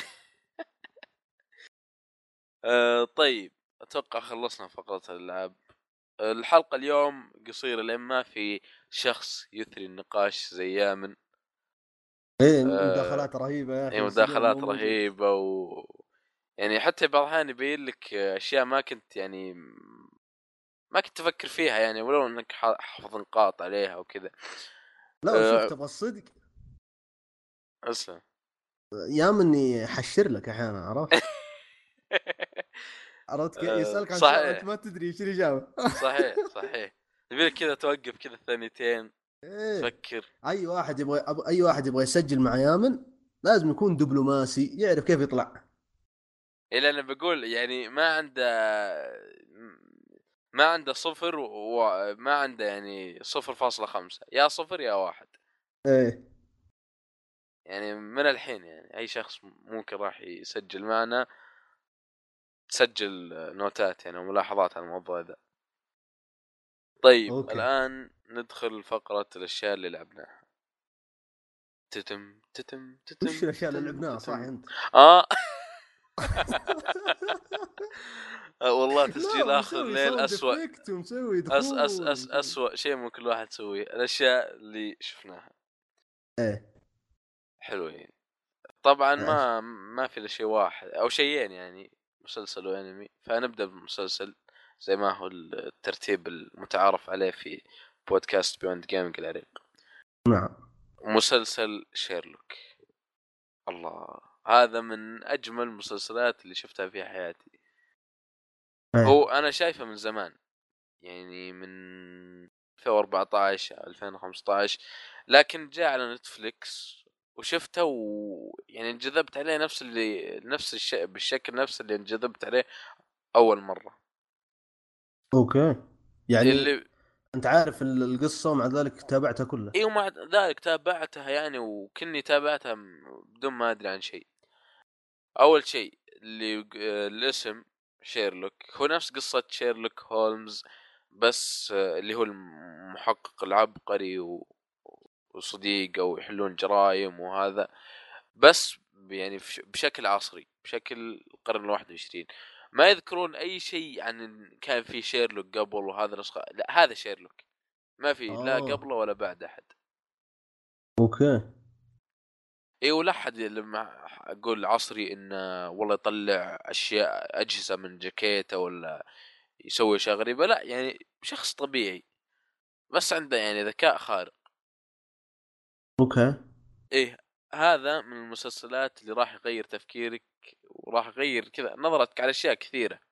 آه طيب اتوقع خلصنا فقرة الالعاب. الحلقة اليوم قصيرة لان ما في شخص يثري النقاش زي يامن. ايه آه مداخلات رهيبه يا يعني اخي، بس اليوم مو مداخلات موجود. رهيبة و يعني حتى بعض الأحيان يبين لك اشياء ما كنت يعني ما كنت افكر فيها يعني ولو انك ح- حافظ نقاط عليها وكذا. لا وشوف أه تبغى الصدق، اسلم. يا مني حشر لك احيانا، عرفت؟ عرفت كيف أه يسالك عن سؤال انت صحيح ما تدري ايش الاجابه. صحيح صحيح. يبيلك كذا توقف كذا ثانيتين ايه. تفكر. اي واحد يبغى أب- اي واحد يبغى يسجل مع يامن لازم يكون دبلوماسي، يعرف كيف يطلع. إلا أنا بقول يعني ما عنده ما عنده صفر وما عنده يعني صفر فاصلة خمسة، يا صفر يا واحد. ايه. يعني من الحين يعني أي شخص ممكن راح يسجل معنا تسجل نوتات يعني وملاحظات على الموضوع ذا. طيب اوكي. الآن ندخل فقرة الأشياء اللي لعبناها. تتم تتم وش تتم الاشياء اللي تتم لعبناها صح تتم انت؟ آه والله لا، تسجيل آخر مسوي ليل ساوند أسوأ. افكت ومسوي أس أس دخول أس ومسوي أسوأ شيء ممكن الواحد يسويه الأشياء اللي شفناها ايه. حلوين. طبعا عش. ما ما في إلا شيء واحد أو شيئين يعني، مسلسل وأنمي. فنبدأ بالمسلسل زي ما هو الترتيب المتعارف عليه في بودكاست بيوند جيمنج العريق. نعم. مسلسل شيرلوك، الله، هذا من أجمل المسلسلات اللي شفتها في حياتي. ايه. هو أنا شايفه من زمان، يعني من ألفين وأربعة عشر ألفين وخمسة عشر، لكن جاء على نتفليكس وشفته ويعني انجذبت عليه نفس اللي نفس الشيء بالشكل نفس اللي انجذبت عليه أول مرة. اوكي. يعني اللي انت عارف ال- القصه ومع ذلك تابعتها كلها؟ ايوه مع ذلك تابعتها يعني، وكني تابعتها م- بدون ما ادري عن شيء. اول شيء اللي آه، الاسم شيرلوك هو نفس قصة شيرلوك هولمز، بس آه، اللي هو المحقق العبقري و- وصديقه ويحلون جرائم وهذا، بس يعني فش- بشكل عصري، بشكل القرن الواحد والعشرين. ما يذكرون اي شيء عن إن كان في شيرلوك قبل وهذا نسخة، لا هذا شيرلوك، ما في لا اه. قبله ولا بعد احد. اوكي. اي ولا حد لما اقول عصري انه والله يطلع اشياء اجهزه من جاكيته ولا يسوي اشياء غريبه، لا يعني شخص طبيعي بس عنده يعني ذكاء خارق. اوكي. ايه، هذا من المسلسلات اللي راح يغير تفكيرك وراح يغير كذا نظرتك على اشياء كثيره.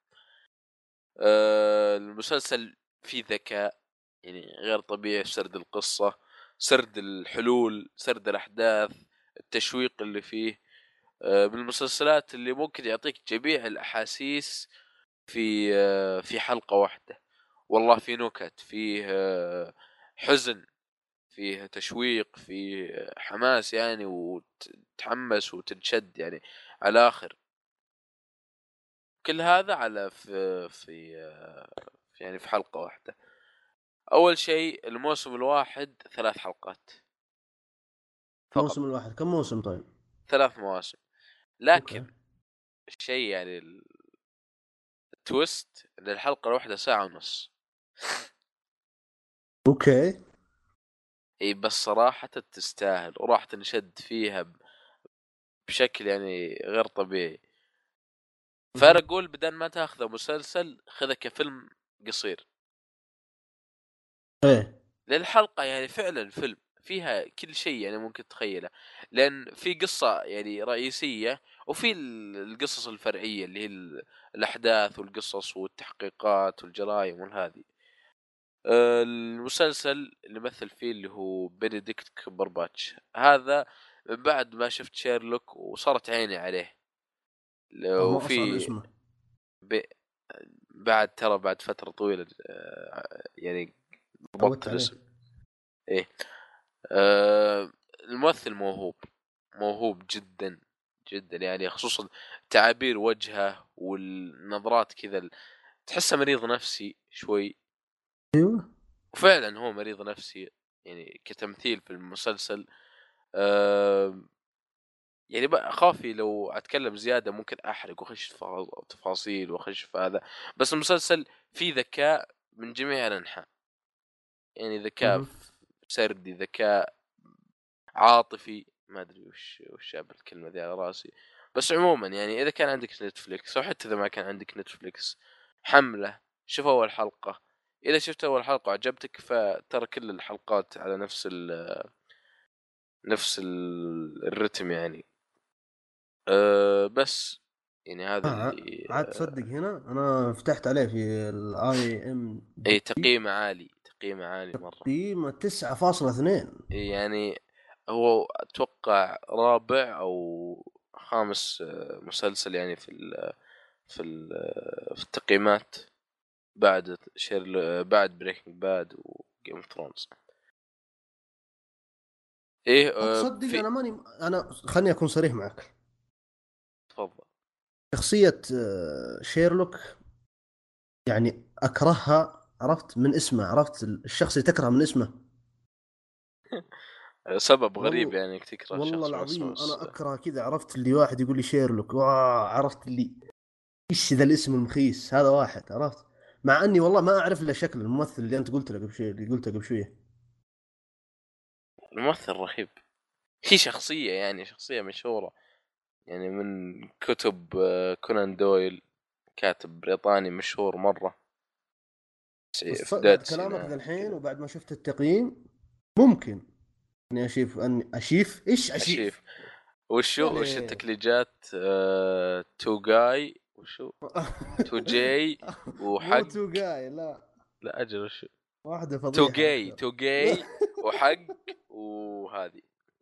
أه المسلسل فيه ذكاء يعني غير طبيعي في سرد القصه، سرد الحلول، سرد الاحداث، التشويق اللي فيه. من المسلسلات اللي ممكن يعطيك جميع الأحاسيس في في حلقة واحدة. والله في نكت، فيه حزن، فيه تشويق، فيه حماس يعني، وتتحمس وتنشد يعني على آخر. كل هذا على في في يعني في حلقة واحدة. أول شيء الموسم الواحد ثلاث حلقات فقط، الموسم الواحد كم موسم طيب؟ ثلاث مواسم. اوكي. لكن الشيء يعني التويست ان الحلقة الواحدة ساعة ونص. اوكي. اي بس صراحة تستاهل وراح تنشد فيها بشكل يعني غير طبيعي. فأنا مهم. أقول بدل ما تاخذه مسلسل خذه كفيلم قصير، ايه. للحلقة يعني فعلا فيلم فيها كل شيء يعني ممكن تتخيله. لأن في قصة يعني رئيسية وفي القصص الفرعية اللي هي الأحداث والقصص والتحقيقات والجرائم والهذه. المسلسل اللي مثل فيه اللي هو بنديكت كمبرباتش، هذا من بعد ما شفت شيرلوك وصارت عيني عليه. اه، لو ما اصعب في اسمه. ب... بعد ترى بعد فترة طويلة آه، يعني ضبطت تعودت عليه. الاسم. ايه آه، الممثل موهوب، موهوب جدا جدا يعني، خصوصا تعابير وجهه والنظرات كذا، تحسه مريض نفسي شوي. ايوه. وفعلا هو مريض نفسي يعني كتمثيل في المسلسل. أه يعني بقى خافي لو اتكلم زياده ممكن احرق واخش في تفاصيل واخش في هذا. بس المسلسل فيه ذكاء من جميع الانحاء، يعني ذكاء مهم. في سردي، ذكاء عاطفي، ما ادري وش وش بالكلمه ذي على راسي. بس عموما يعني اذا كان عندك نتفليكس او حتى اذا ما كان عندك نتفليكس حمله، شوف اول حلقه. اذا شفت اول حلقه وعجبتك فترى كل الحلقات على نفس ال نفس ال- الرتم يعني. أه بس يعني هذا آه اللي عاد تصدق هنا انا فتحت عليه في الاي ام اي دي، تقييم عالي، تقييم عالي مرة. تقييمه تسعة فاصلة اثنين. إيه يعني هو اتوقع رابع او خامس آه، مسلسل يعني في ال في ال في التقييمات بعد شير بعد بريكنج باد وجيم اوف ثرونز. ايه آه، تصدق في انا ماني انا خلني اكون صريح معك. تفضل. شخصية آه، شيرلوك يعني اكرهها عرفت من اسمه، عرفت الشخص اللي تكره من اسمه. سبب غريب والله يعني انك تكره والله شخص من اسمه العظيم بس. انا اكره كذا. عرفت اللي واحد يقول لي شيرلوك، واه عرفت اللي ايش ذا الاسم المخيس هذا واحد، عرفت؟ مع اني والله ما اعرف الا شكل الممثل اللي انت قلت له قبل شوي، اللي قلته قبل شويه. الممثل رهيب. هي شخصية يعني شخصية مشهورة يعني من كتب آه، كونان دويل، كاتب بريطاني مشهور مرة بس في ص- بداية بعد كلامك ذا التسعينات الحين كذا. وبعد ما شفت التقييم ممكن اني اشيف اني اشيف ايش أشيف اشيف. يا وشو وش ليه. التكليجات؟ آه... تو جاي وشو تو جاي مو وحق. تو جاي، لا. لا أجل وشو واحدة تو فضيحة جاي أكثر. تو جاي وحق وهذه.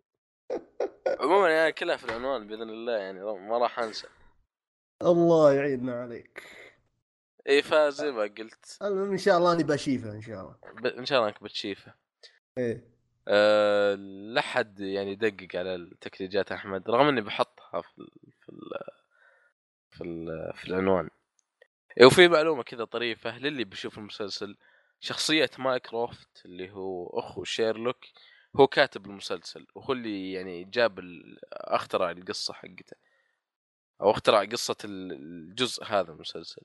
عموما يعني كلها في العنوان بإذن الله يعني ما راح أنسى. الله يعيننا عليك. إيه فزي ما قلت المهم إن شاء الله أني بشيفه إن شاء الله. ب... إن شاء الله إنك بتشيفه. إيه. أه... لحد يعني يدقق على التكليجات أحمد، رغم إني بحطها في ال... في ال... في, ال... في العنوان. إيه وفي معلومة كذا طريفة للي بيشوف المسلسل، شخصية مايكروفت اللي هو أخو شيرلوك هو كاتب المسلسل، وهو اللي يعني جاب ال... اخترع القصة حقته، أو اخترع قصة الجزء هذا المسلسل.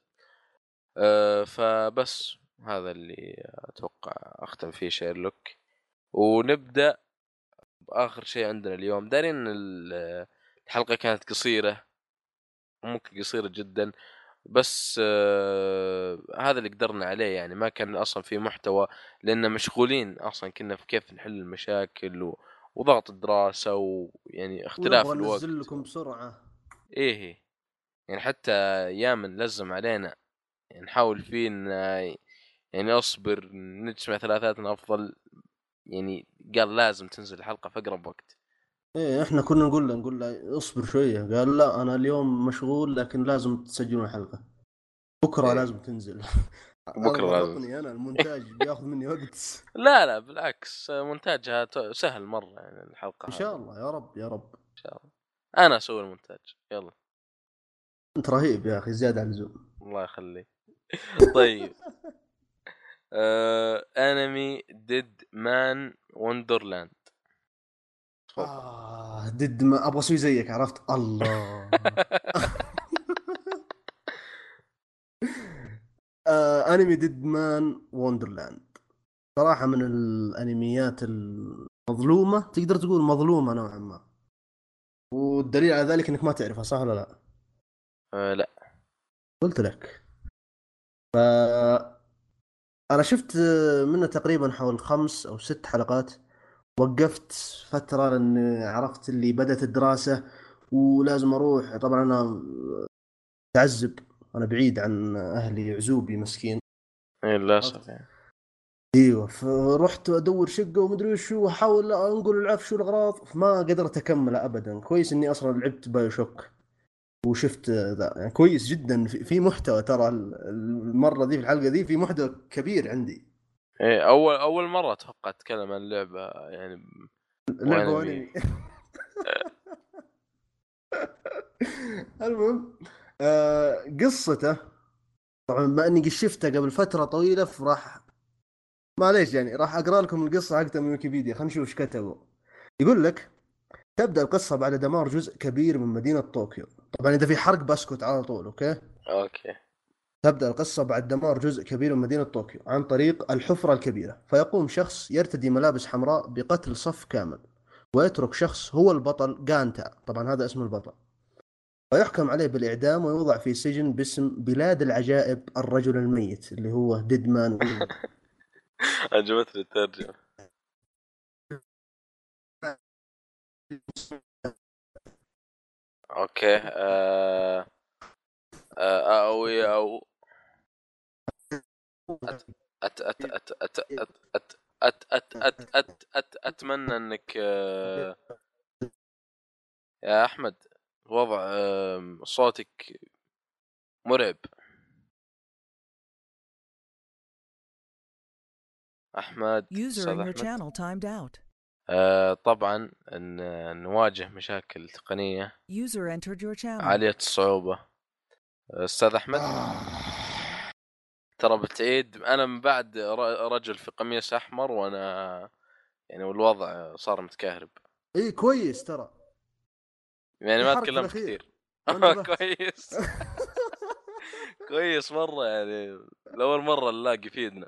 أه فبس هذا اللي أتوقع أختم فيه شيرلوك. ونبدأ بآخر شيء عندنا اليوم. دارين إن ال- الحلقة كانت قصيرة، ممكن قصيرة جدا، بس آه هذا اللي قدرنا عليه يعني. ما كان أصلا في محتوى لأن مشغولين أصلا كنا في كيف نحل المشاكل و... وضغط الدراسة ويعني اختلاف ونبغى ننزل الوقت. لكم بسرعة. إيه يعني حتى يامن لزم علينا يعني نحاول فيه إن يعني أصبر نجمع ثلاثاتنا أفضل، يعني قال لازم تنزل الحلقة في أقرب وقت. إيه إحنا كنا نقول له نقول له اصبر شوية، قال لا أنا اليوم مشغول لكن لازم تسجلون الحلقة بكرة إيه لازم تنزل. هذا بكرة لازم. ضغطني أنا، المونتاج بياخذ مني وقت. لا لا بالعكس مونتاجها ت- سهل مرة يعني الحلقة إن هذه. شاء الله يا رب يا رب. إن شاء الله أنا أسوي المونتاج يلا. أنت رهيب يا أخي زيادة عن اللزوم. الله يخليك. طيب آه... أنمي ديد مان وندرلاند، تفضل. آه دد ما أبغى أسوي زيك، عرفت الله. آه أنمي ديد مان وندرلاند صراحة من الأنميات المظلومة، تقدر تقول مظلومة نوعا ما. والدليل على ذلك إنك ما تعرفها، صح ولا لا؟ آه لا. قلت لك. أنا شفت منه تقريبا حول خمس أو ست حلقات. وقفت فترة لأن عرفت اللي بدأت الدراسة ولازم أروح. طبعا أنا تعذب، أنا بعيد عن أهلي، عزوبي مسكين. إيه للأسف عرفت. يعني. ايوه فرحت ادور شقه ومدري وشو واحاول انقل العفش شو الاغراض، فما قدرت اكمل ابدا. كويس اني اصلا لعبت بايو شوك وشفت ذا، يعني كويس جدا. في في محتوى ترى المره ذي، في الحلقه ذي في محتوى كبير عندي. إيه أول أول مرة أتوقع أتكلم عن لعبة يعني لعبه وأنمي. وانمي. المهم آه قصته، طبعا بما اني قد شفتها قبل فتره طويله فراح معليش يعني راح اقرا لكم القصه حقتها من ويكيبيديا. خلينا نشوف ايش كتبوا. يقول لك تبدأ القصة بعد دمار جزء كبير من مدينة طوكيو. طبعا إذا في حرق بسكت على طول، أوكي. أوكي. تبدأ القصة بعد دمار جزء كبير من مدينة طوكيو عن طريق الحفرة الكبيرة، فيقوم شخص يرتدي ملابس حمراء بقتل صف كامل، ويترك شخص هو البطل جانتا، طبعا هذا اسم البطل، ويحكم عليه بالإعدام ويوضع في سجن باسم بلاد العجائب الرجل الميت اللي هو ديدمان. عجبتني الترجمة. أوكي آه... آه... أوي أو أت أت أت أت أت أت أت أت أت أت أت أت أتمنى إنك آه، يا أحمد وضع آه، صوتك مرعب. أحمد User أستاذ in your أحمد. channel timed out. آه، طبعا إن نواجه مشاكل تقنية User entered your channel. عالية الصعوبة. أستاذ أحمد آه. ترى بتعيد انا من بعد ر- رجل في قميص احمر وانا يعني والوضع صار متكهرب. اي كويس ترى. يعني في ما حرق في تكلمت الاخير، كثير. ما انتبهت. كويس. كويس مرة يعني. لأول مرة نلاقي فيدنا.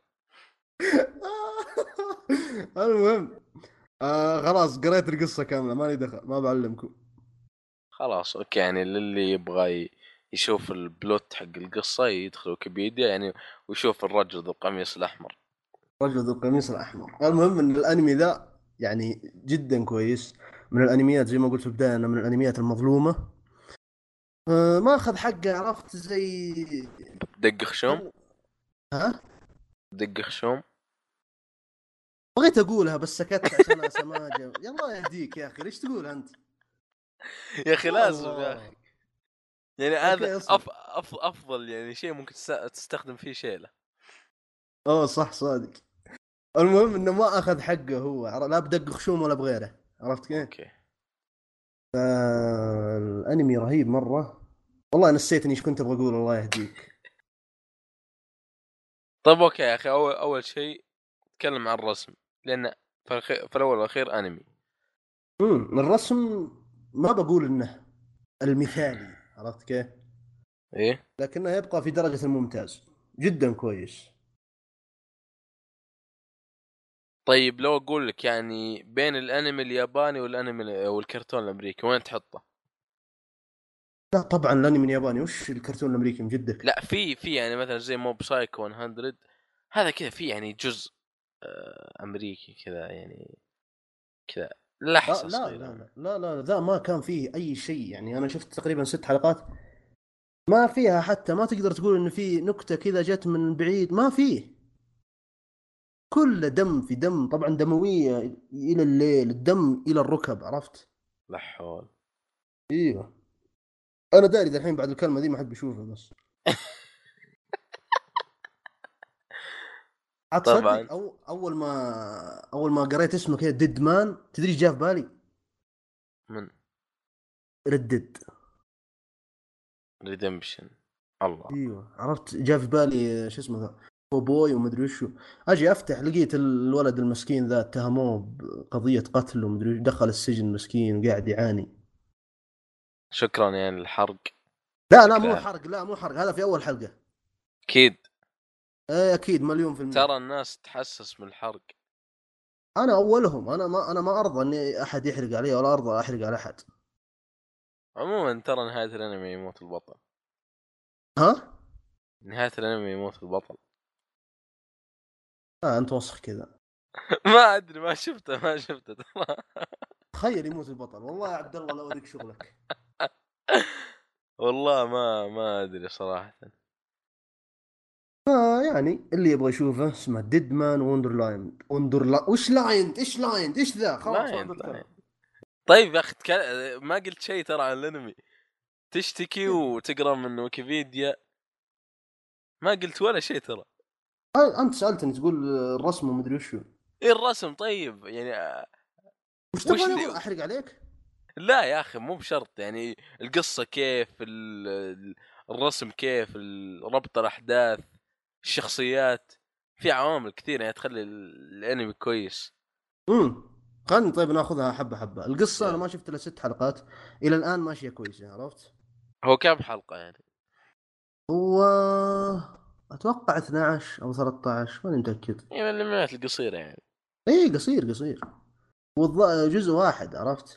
المهم، آه خلاص قريت القصه كامله، مالي دخل، ما بعلمكم. خلاص اوكي، يعني للي يبغى ي- يشوف البلوت حق القصة يدخل ويكيبيديا يعني، ويشوف الرجل ذو القميص الأحمر. رجل ذو القميص الاحمر. المهم ان الانمي ذا يعني جدا كويس، من الانميات زي ما قلت في البدايه انه من الانميات المظلومه. آه ما اخذ حقه، عرفت زي. دق خشوم. ها، دق خشوم. بغيت اقولها بس سكت عشان سماجه. يلا يهديك يا اخي، ليش تقول انت؟ يا أخي يا لازم يا الله. أخي. يعني هذا اوكي اصبر. أف... أف... أفضل يعني شيء ممكن تس- تستخدم فيه شيلة. اوه صح صادق. المهم انه ما اخذ حقه هو، عر- لا بدق خشوم ولا بغيره، عرفت كيف؟ اوكي. فالانمي رهيب مره. والله نسيت اني ايش كنت ابغى اقول، الله يهديك. طيب اوكي يا اخي، اول اول شيء تكلم عن الرسم، لان في, الخ... في الاول والاخير انمي. امم الرسم ما بقول انه المثالي، عرفت كيف؟ ايه. لكنه يبقى في درجة الممتاز، جدا كويس. طيب لو اقول لك يعني بين الانمي الياباني والانمي ال- والكرتون الامريكي وين تحطه؟ لا طبعا الانمي الياباني، وش الكرتون الامريكي مجدك؟ لا في في يعني مثلا زي موب سايكو مية، هذا كذا في يعني جزء آه، امريكي كذا يعني، كذا لا لحظة لا صغيرة. لا لا لا لا، ذا ما كان فيه اي شيء. يعني انا شفت تقريبا ست حلقات، ما فيها حتى، ما تقدر تقول انه في نكتة كذا جت من بعيد، ما فيه. كله دم في دم، طبعا دموية الى الليل، الدم الى الركب، عرفت؟ لا حول. ايوه. انا داري ذا الحين بعد الكلمة ذي ما حد بيشوفها بس. طبعا. هتصدق او اول ما اول ما قريت اسمه كذا ديد مان، تدري إيش جاء في بالي؟ من ردد. ريدمبشن. الله. ايوه عرفت، جاء في بالي شو اسمه ذا، بوي ومدري وشو. اجي افتح لقيت الولد المسكين ذا اتهموه بقضية قتل ومدري وش، دخل السجن مسكين وقاعد يعاني. شكرا يعني الحرق. لا لا يعطيك مو العافية. حرق، لا مو حرق، هذا في اول حلقة. اكيد. ايه اكيد مليون في ترى المية. الناس تحسس من الحرق. انا اولهم، انا ما انا ما ارضى اني احد يحرق علي، ولا ارضى احرق على احد. عموما ترى نهاية الانمي يموت البطل. ها. نهاية الانمي يموت البطل. آه انت وسخ كذا. ما ادري، ما شفته ما شفته ترى. تخيل يموت البطل، والله يا عبد الله لا اوريك شغلك. والله ما ما ادري صراحة. آه يعني اللي يبغى يشوفه اسمه ديد مان وندرلايند. وندرلا وش لايند؟ ايش لايند؟ ايش ذا؟ خلاص لا ما يعني لا بذكره. يعني. طيب يا اخي تك... ما قلت شيء ترى عن الانمي. تشتكي وتقرا من ويكيبيديا. ما قلت ولا شيء ترى. آه انت سالتني تقول الرسم ومدري وشو. ايه الرسم طيب يعني آه، وش وش تبغاني اقول؟ ذي؟ احرق عليك؟ لا يا اخي مو بشرط يعني القصة كيف ال... ال- الرسم كيف ال- ربط الاحداث، الشخصيات، في عوامل كثيرة يعني تخلي ال- الانمي كويس. امم خلني طيب ناخذها حبه حبه. القصه انا يلا. ما شفت الا ست حلقات، الى الان ماشيه كويسه، عرفت؟ هو كم حلقة يعني؟ هو اتوقع اثنا عشر او ثلاثة عشر، ماني متاكد. يعني من الانميات القصيرة يعني. اي قصير قصير، والض- جزء واحد، عرفت؟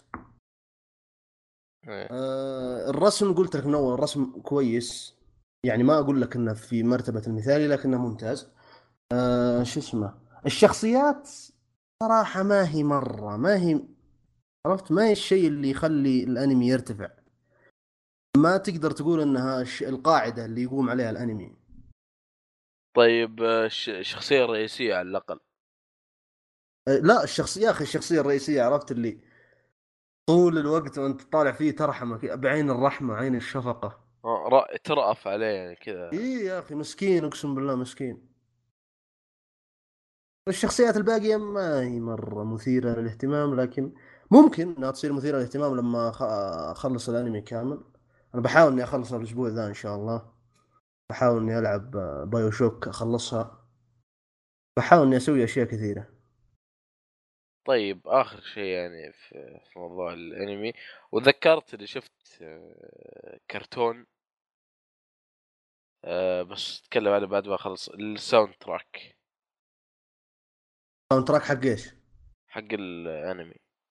إيه. آه الرسم قلت لك من اول، الرسم كويس. يعني ما اقول لك انه في مرتبه المثالي لكنه ممتاز. آه شو اسمه، الشخصيات صراحه ما هي مره، ما هي، عرفت؟ ما هي الشيء اللي يخلي الانمي يرتفع. ما تقدر تقول انها الش- القاعده اللي يقوم عليها الانمي. طيب آه، الش- الشخصية الرئيسية على الأقل. آه لا الشخصيه يا اخي، الشخصيه الرئيسيه، عرفت اللي طول الوقت وانت طالع فيه ترحمك بعين الرحمه، عين الشفقه. آه، رأ- ترأف عليه يعني كذا. ايه يا اخي مسكين، اقسم بالله مسكين. الشخصيات الباقية ما هي مرة مثيرة للاهتمام، لكن ممكن انها تصير مثيرة للاهتمام لما أخ- اخلص الانمي كامل. انا بحاول اني اخلصه الاسبوع ذا ان شاء الله. بحاول اني العب بايو شوك اخلصها. بحاول اني اسوي اشياء كثيره. طيب آخر شيء يعني في, في موضوع الأنمي، وذكرت إني شفت آه، كرتون، آه، بس اتكلم عنه بعد ما اخلص الساوند تراك ساوند تراك حق ايش؟ حق الانمي.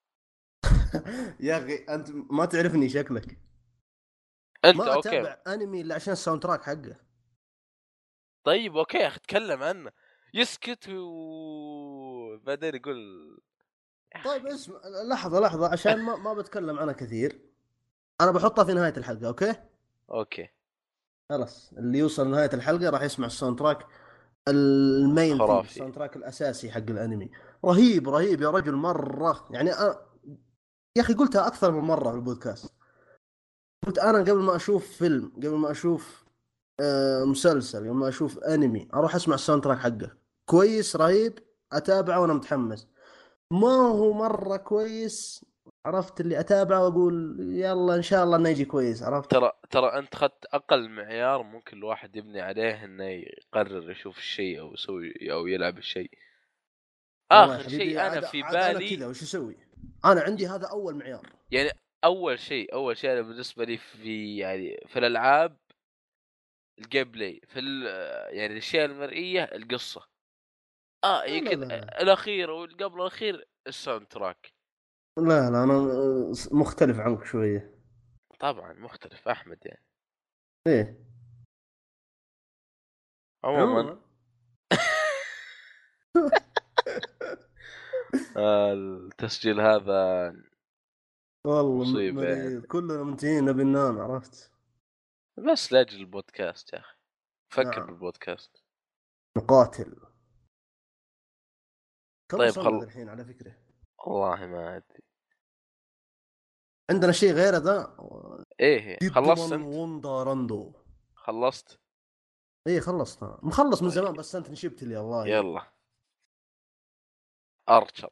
يا اخي انت ما تعرفني شكلك. انت ما اوكي. اتابع انمي الا عشان الساوند تراك حقه. طيب اوكي يا اخي اتكلم عنه. يسكت وبعدين يقول يا طيب اخي. اسمع، لحظه لحظه، عشان ما ما بتكلم عنها كثير. انا بحطها في نهايه الحلقه، اوكي؟ اوكي. خلاص، اللي يوصل نهايه الحلقه راح يسمع الساوند تراك، المين ثيم، خرافي. الساوند تراك الاساسي حق الانمي. رهيب رهيب يا رجل، مره يعني أنا... يا اخي قلتها اكثر من مره في البودكاست. قلت انا قبل ما اشوف فيلم، قبل ما اشوف آه، مسلسل، قبل ما اشوف انمي، اروح اسمع الساوند تراك حقه. كويس رهيب، اتابعه وانا متحمس. ما هو مره كويس، عرفت؟ اللي اتابعه واقول يلا ان شاء الله انه يجي كويس، عرفت؟ ترى ترى انت اخذت اقل معيار ممكن الواحد يبني عليه انه يقرر يشوف الشيء او يسوي او يلعب الشيء. والله يا اخر حبيبي، شيء انا عاد في عاد انا بالي كذا وش اسوي؟ انا عندي هذا اول معيار. يعني اول شيء اول شيء انا بالنسبه لي في يعني في الالعاب الجيم بلاي، في ال- يعني الاشياء المرئيه القصه، اه لا لا يمكن لا لا الاخير والقبل الاخير الساوند تراك. لا, لا انا آه، مختلف عنك شويه. طبعا مختلف احمد يعني. ايه. عموما عموما. آه، التسجيل هذا والله م- مصيبه مريض، يعني، كلنا منتهين نبي ننام، عرفت؟ بس لاجل البودكاست يا اخي، فكر نعم. بالبودكاست. نقاتل. كم طيب وصلنا ذا خل الحين على فكره؟ والله ما ادري. عندنا شيء غير ذا. ايه خلصت ديدمون انت؟ ووندراندو. خلصت؟ ايه خلصت، مخلص من زمان، طيب بس انت نشبت لي الله ي... يلا. ارشر.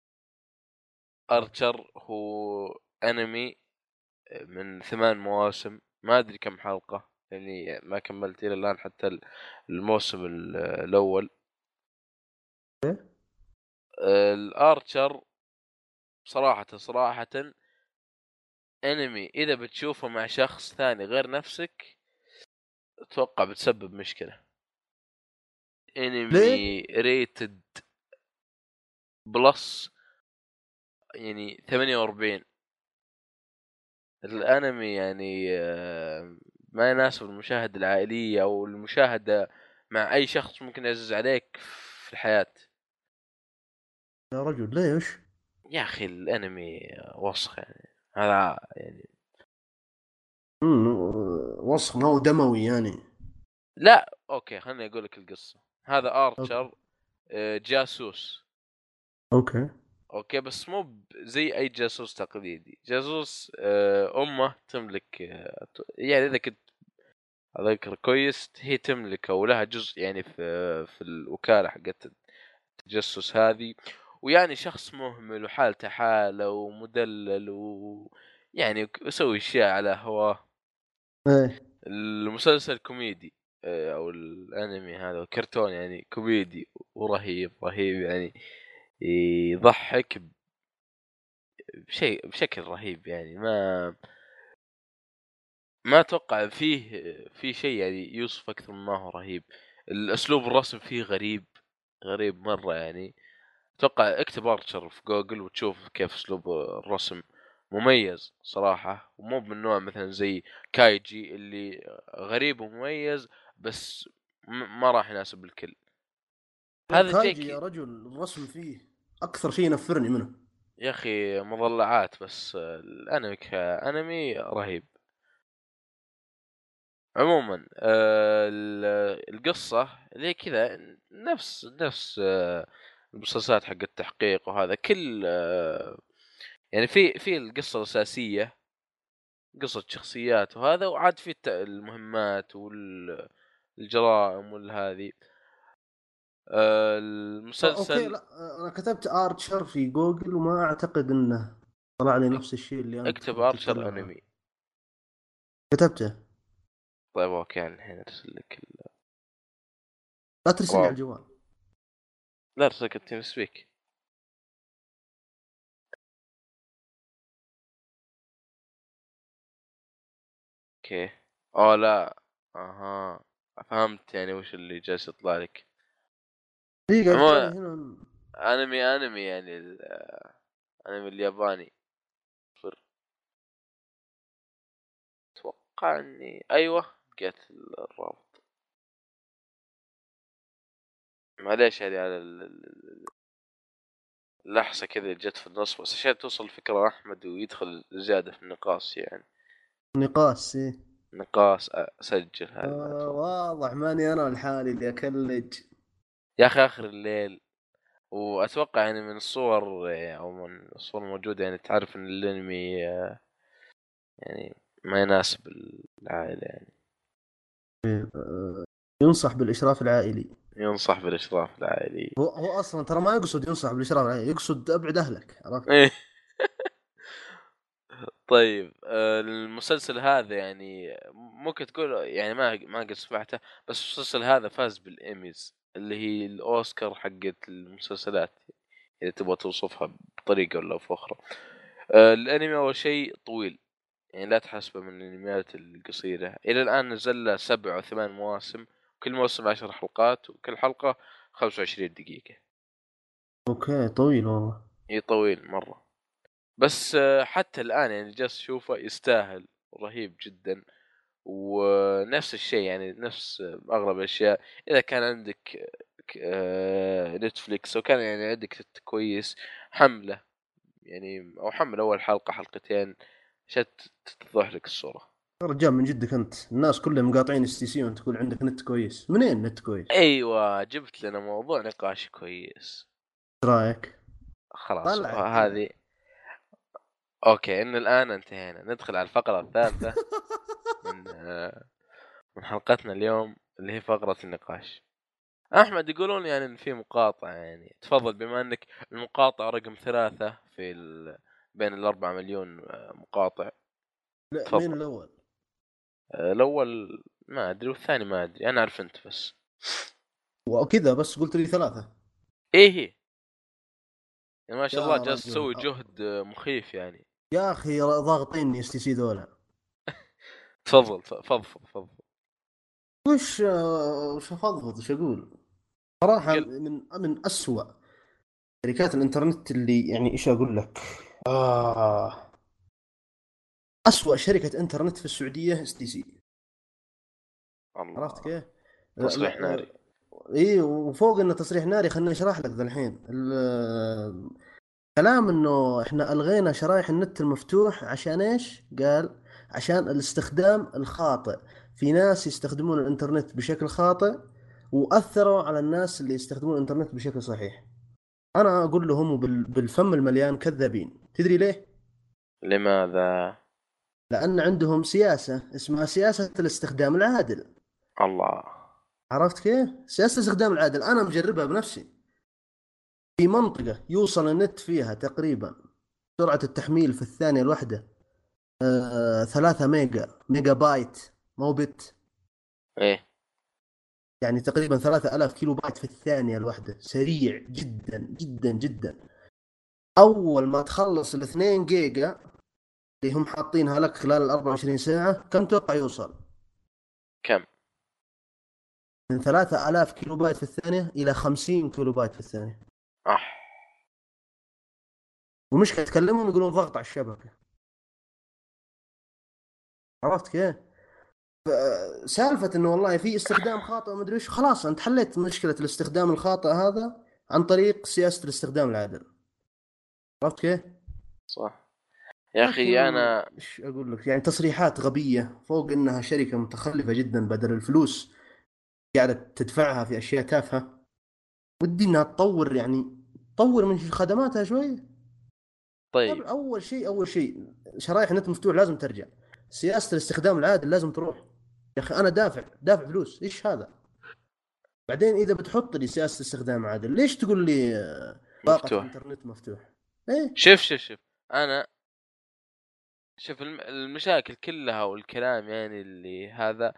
ارشر. ارشر هو انمي من ثمان مواسم، ما ادري كم حلقة يعني، ما كملت الى الان حتى ال- الموسم ال- الاول. إيه؟ الارشر صراحة صراحة انمي اذا بتشوفه مع شخص ثاني غير نفسك اتوقع بتسبب مشكلة. ليه؟ انمي ريتد بلس يعني ثمانية وأربعين. الانمي يعني آه، ما يناسب المشاهدة العائلية او المشاهدة مع اي شخص ممكن يعزز عليك في الحياة. يا رجل ليش؟ يا اخي الانمي وسخ يعني، هذا يعني. امم وصف انه دموي يعني. لا اوكي خليني اقول لك القصة. هذا اوكي. ارشر آه، جاسوس. اوكي. اوكي بس مو ب- زي اي جاسوس تقليدي. جاسوس آه، امه تملك آه، يعني اذا كنت اذكر كويس هي تملك او لها جزء يعني في في الوكاله حقت التجسس هذه. ويعني شخص مهمل وحالته حاله ومدلل و يعني يسوي اشياء على هواه. ايه. المسلسل كوميدي آه، او الانمي هذا كرتون يعني كوميدي ورهيب رهيب يعني، يضحك بشيء بشكل رهيب يعني. ما ما اتوقع فيه في شيء يعني يوصف اكثر مما هو رهيب. الاسلوب الرسم فيه غريب، غريب مره يعني. اتوقع اكتب ارشر في جوجل وتشوف كيف اسلوب الرسم مميز صراحه، ومو من نوع مثلا زي كايجي اللي غريب ومميز بس م- ما راح يناسب الكل. لا هذا كايجي يا جيك رجل، الرسم فيه اكثر شيء ينفرني منه. يا اخي مضلعات، بس الانمي كانمي رهيب. عموما آه، ال- القصة اللي هي كذا نفس نفس آه، المسلسلات حق التحقيق وهذا كل آه، يعني في في القصة الأساسية، قصة شخصيات وهذا، وعاد في الت- المهمات والجرائم والهذه. آه، آه، اوكي. المسلسل لا آه، انا كتبت ارشر في جوجل وما اعتقد انه طلع لي نفس الشيء اللي انت اكتب كنت ارشر تتكلم عنه. انمي. كتبته. طيب اوكي يعني الحين ارسل لك لا ترسل لي على الرابط. الجوال. لا ارسل لك التيم سبيك. اوكي. اه لا. اها. فهمت يعني وش اللي جالس يطلع لك. دقيقة عموما جاني هنا. انمي انمي يعني الانمي الياباني. فر. اتوقع اني ايوه لقيت الرابط. معليش هذه على ال- ال- اللحظة كذا جت في النص بس عشان توصل الفكرة احمد ويدخل زيادة في النقاش يعني. نقاش إيه. نقاش اسجل هذا آه اتوقع. واضح ماني انا لحالي اللي اكلج. يا اخي اخر الليل. واتوقع يعني من الصور او من الصور الموجودة يعني تعرف ان الانمي يعني ما يناسب العائلة يعني. آه، ينصح بالاشراف العائلي. ينصح بالاشراف العائلي. هو هو اصلا ترى ما يقصد ينصح بالاشراف العائلي، يقصد ابعد اهلك، عرفت؟ إيه. طيب آه، المسلسل هذا يعني ممكن تقول يعني ما ما قد سمعته. بس المسلسل هذا فاز بالإيميز اللي هي الأوسكار حقت المسلسلات. إذا تبغى توصفها بطريقة ولا بأخرى. آه، الأنمي أول شيء طويل. يعني لا تحسبه من الأنميات القصيرة. إلى الآن نزل له سبع أو ثمان مواسم. كل موسم عشر حلقات وكل حلقة خمسة وعشرين دقيقة. اوكي طويل والله. هي طويل مرة. بس آه، حتى الآن يعني جالس أشوفه يستاهل. رهيب جدا. ونفس الشيء يعني نفس أغلب الأشياء. إذا كان عندك ك- آه، نتفليكس وكان يعني عندك نت كويس. حملة يعني أو حمل أول حلقة حلقتين عشان تتضح لك الصورة. يا رجال من جدك انت، الناس كلهم مقاطعين اس تي سي وانت تقول عندك نت كويس، منين نت كويس؟ أيوة جبت لنا موضوع نقاش كويس. ايش رايك؟ خلاص طلع طلع. هذه. أوكي إن الآن انتهينا ندخل على الفقرة الثالثة من آه، من حلقتنا اليوم اللي هي فقرة النقاش. احمد يقولون يعني ان في مقاطعة يعني تفضل بما انك المقاطعة رقم ثلاثة في ال... بين الاربعة مليون آه، مقاطع. لا مين تفضل. الاول؟ آه، الاول ما ادري والثاني ما ادري انا اعرف انت بس. وكذا بس قلت لي ثلاثة. ايه هي يعني ما شاء الله يا جالس رجل تسوي جهد آه، مخيف يعني. يا اخي ضاغطيني اس تي سي ذولا. تفضل تفضل تفضل. وش آه، وش افضفض وش اقول؟ صراحة قل. من من اسوأ شركات الانترنت اللي يعني ايش اقول لك؟ آه اسوأ شركة انترنت في السعودية اس تي سي. عرفت الله. كيف؟ لا تصريح لا ناري. آه، اي وفوق انه تصريح ناري، خليني اشرح لك ذا الحين ال- كلام انه احنا الغينا شرايح النت المفتوح عشان ايش؟ قال عشان الاستخدام الخاطئ. في ناس يستخدمون الانترنت بشكل خاطئ واثروا على الناس اللي يستخدمون الانترنت بشكل صحيح. انا اقول لهم بال- بالفم المليان كذابين. تدري ليه؟ لماذا؟ لان عندهم سياسة اسمها سياسة الاستخدام العادل. الله. عرفت كيف؟ سياسة الاستخدام العادل انا مجربها بنفسي. في منطقة يوصل النت فيها تقريبا سرعة التحميل في الثانية الواحدة آه، ثلاثة ميجا ميجا بايت، مو بت. ايه. يعني تقريبا ثلاثة آلاف كيلو بايت في الثانية الواحدة، سريع جدا جدا جدا. أول ما تخلص الاثنين جيجا اللي هم حاطينها لك خلال ال أربعة وعشرين ساعة، كم توقع يوصل؟ كم؟ من ثلاثة آلاف كيلو بايت في الثانية إلى خمسين كيلو بايت في الثانية. اح. والمشكلة يتكلمون يقولون ضغط على الشبكة. عرفت كيف؟ سالفة انه والله في استخدام خاطئ وما ادري ايش، خلاص انت حليت مشكلة الاستخدام الخاطئ هذا عن طريق سياسة الاستخدام العادل. عرفت كيف؟ صح. يا اخي لكن انا. ايش اقول لك، يعني تصريحات غبية فوق انها شركة متخلفة جدا بدل الفلوس قاعدة تدفعها في اشياء تافهة. ودي انها تطور، يعني تطور من خدماتها شوية. طيب. طب اول شيء اول شيء شرايح النت مفتوح لازم ترجع. سياسة الاستخدام العادل لازم تروح. يا اخي انا دافع دافع فلوس، ايش هذا؟ بعدين اذا بتحط لي سياسه استخدام عادل، ليش تقول لي آه، باقه مفتوح. انترنت مفتوح؟ ايه. شوف شوف شوف. انا شوف الم- المشاكل كلها والكلام يعني اللي هذا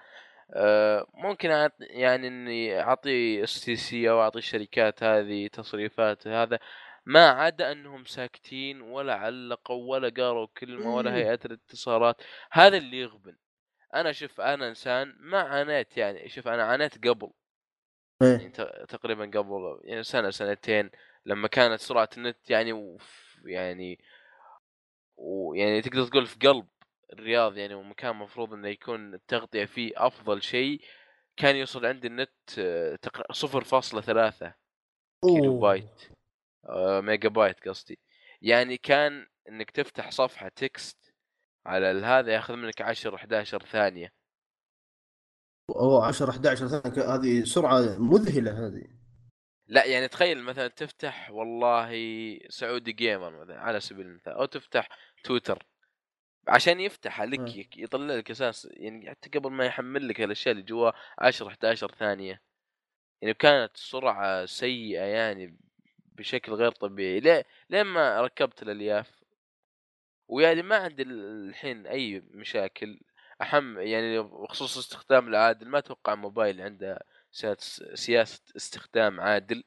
آه، ممكن أعط يعني إني أعطي اس تي سي أو أعطي الشركات هذه تصريفات هذا، ما عدا أنهم ساكتين ولا علقوا ولا قالوا كلمة ولا ايه هيئة الاتصالات. هذا اللي يغبن. أنا شوف أنا إنسان ما عانيت، يعني شوف أنا عانيت قبل، يعني ايه ت- تقريبا قبل يعني سنة سنتين، لما كانت سرعة النت يعني وف يعني ويعني تقدر تقول في قلب الرياض يعني، ومكان مفروض انه يكون التغطية فيه افضل شيء، كان يوصل عندي النت آه، تقريبا صفر فاصلة ثلاثة كيلو اوه. بايت، آه، ميجا بايت قصدي. يعني كان انك تفتح صفحة تكست على هذا ياخذ منك عشر احداشر ثانية. اوه عشرة احد عشر ثانية، ك- هذه سرعة مذهلة هذه. لا يعني تخيل مثلا تفتح والله سعودي جيمر مثلا على سبيل المثال، او تفتح تويتر عشان يفتح لك إيه. يك- يطلع لك اساس يعني حتى قبل ما يحمل لك الاشياء اللي جوا عشرة احداشر ثانيه. يعني كانت سرعه سيئه يعني بشكل غير طبيعي. ليه لين ما ركبت الالياف، ويعني ما عندي ال- الحين اي مشاكل. احم يعني بخصوص استخدام العادل، ما اتوقع موبايل عنده سياس- سياسه استخدام عادل.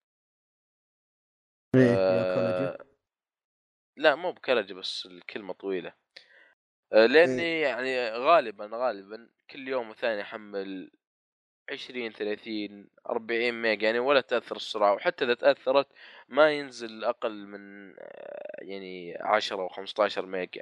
ايه يا كولجي. أه لا مو بكرجة، بس الكلمه طويله. أه ايه لاني يعني غالبا غالبا كل يوم وثاني احمل عشرين ثلاثين أربعين ميجا يعني، ولا تأثر السرعة، وحتى إذا تأثرت ما ينزل أقل من آه، يعني عشرة أو خمستاشر ميجا.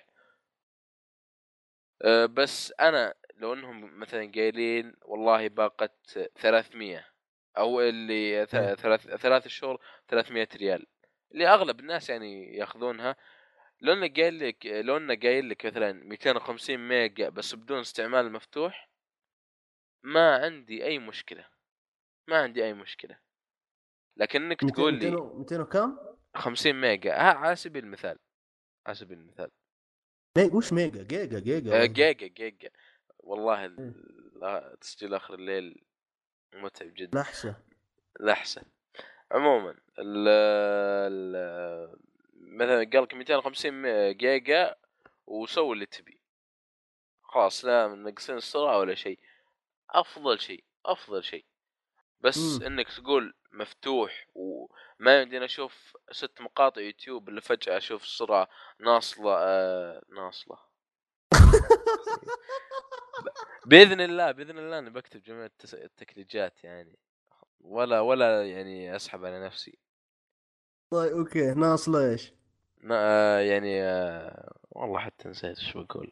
آه، بس أنا لو إنهم مثلا قايلين والله باقة ثلاثمية، أو اللي ث- ايه ثلاث ثلاث شهور ثلاثمية ريال، اللي أغلب الناس يعني ياخذونها. لو إنه قايل لك لو إنه قايل لك مثلا مئتين وخمسين ميجا بس بدون استعمال مفتوح، ما عندي أي مشكلة، ما عندي أي مشكلة. لكن انك مئتين تقول مئتين لي مئتين وكم؟ خمسين ميجا، ها على سبيل المثال، على سبيل المثال. ميجا وش ميجا؟ جيجا جيجا آه، قصدك؟ جيجا جيجا. والله إيه. ال- لا- تسجيل اخر الليل متعب جدا. لحسة. لحسه. عموما ال ال مثلا قال لك مئتين وخمسين جيجا وسوي اللي تبي، خلاص لا نقصين السرعه ولا شيء. افضل شيء افضل شيء. بس امم. انك تقول مفتوح وما يمدينا اشوف ست مقاطع يوتيوب اللي فجأة اشوف السرعة ناصلة آه ناصلة. باذن الله باذن الله اني بكتب جميع التس- التكليجات يعني، ولا ولا يعني اسحب على نفسي. طيب اوكي، ناصله ايش؟ نا- آه يعني آه والله حتى نسيت شو بقول.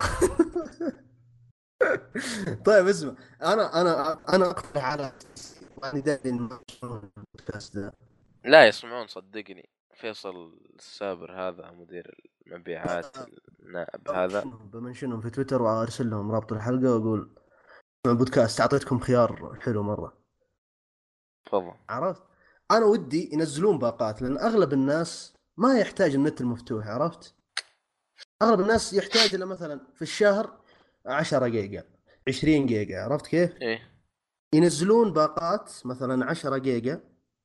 طيب اسمع، انا انا انا اقترح على، ماني داري إن ما يسمعون البودكاست ده. لا يسمعون صدقني. فيصل السابر هذا مدير المبيعات النائب هذا. بمنشنهم بمنشنهم في تويتر وارسل لهم رابط الحلقه واقول اسمعوا البودكاست، اعطيتكم خيار حلو مره. تفضل. عرفت؟ انا ودي ينزلون باقات، لان اغلب الناس ما يحتاج النت المفتوح. عرفت؟ اغلب الناس يحتاج له مثلا في الشهر عشرة جيجا، عشرين جيجا. عرفت كيف؟ ايه ينزلون باقات مثلا عشرة جيجا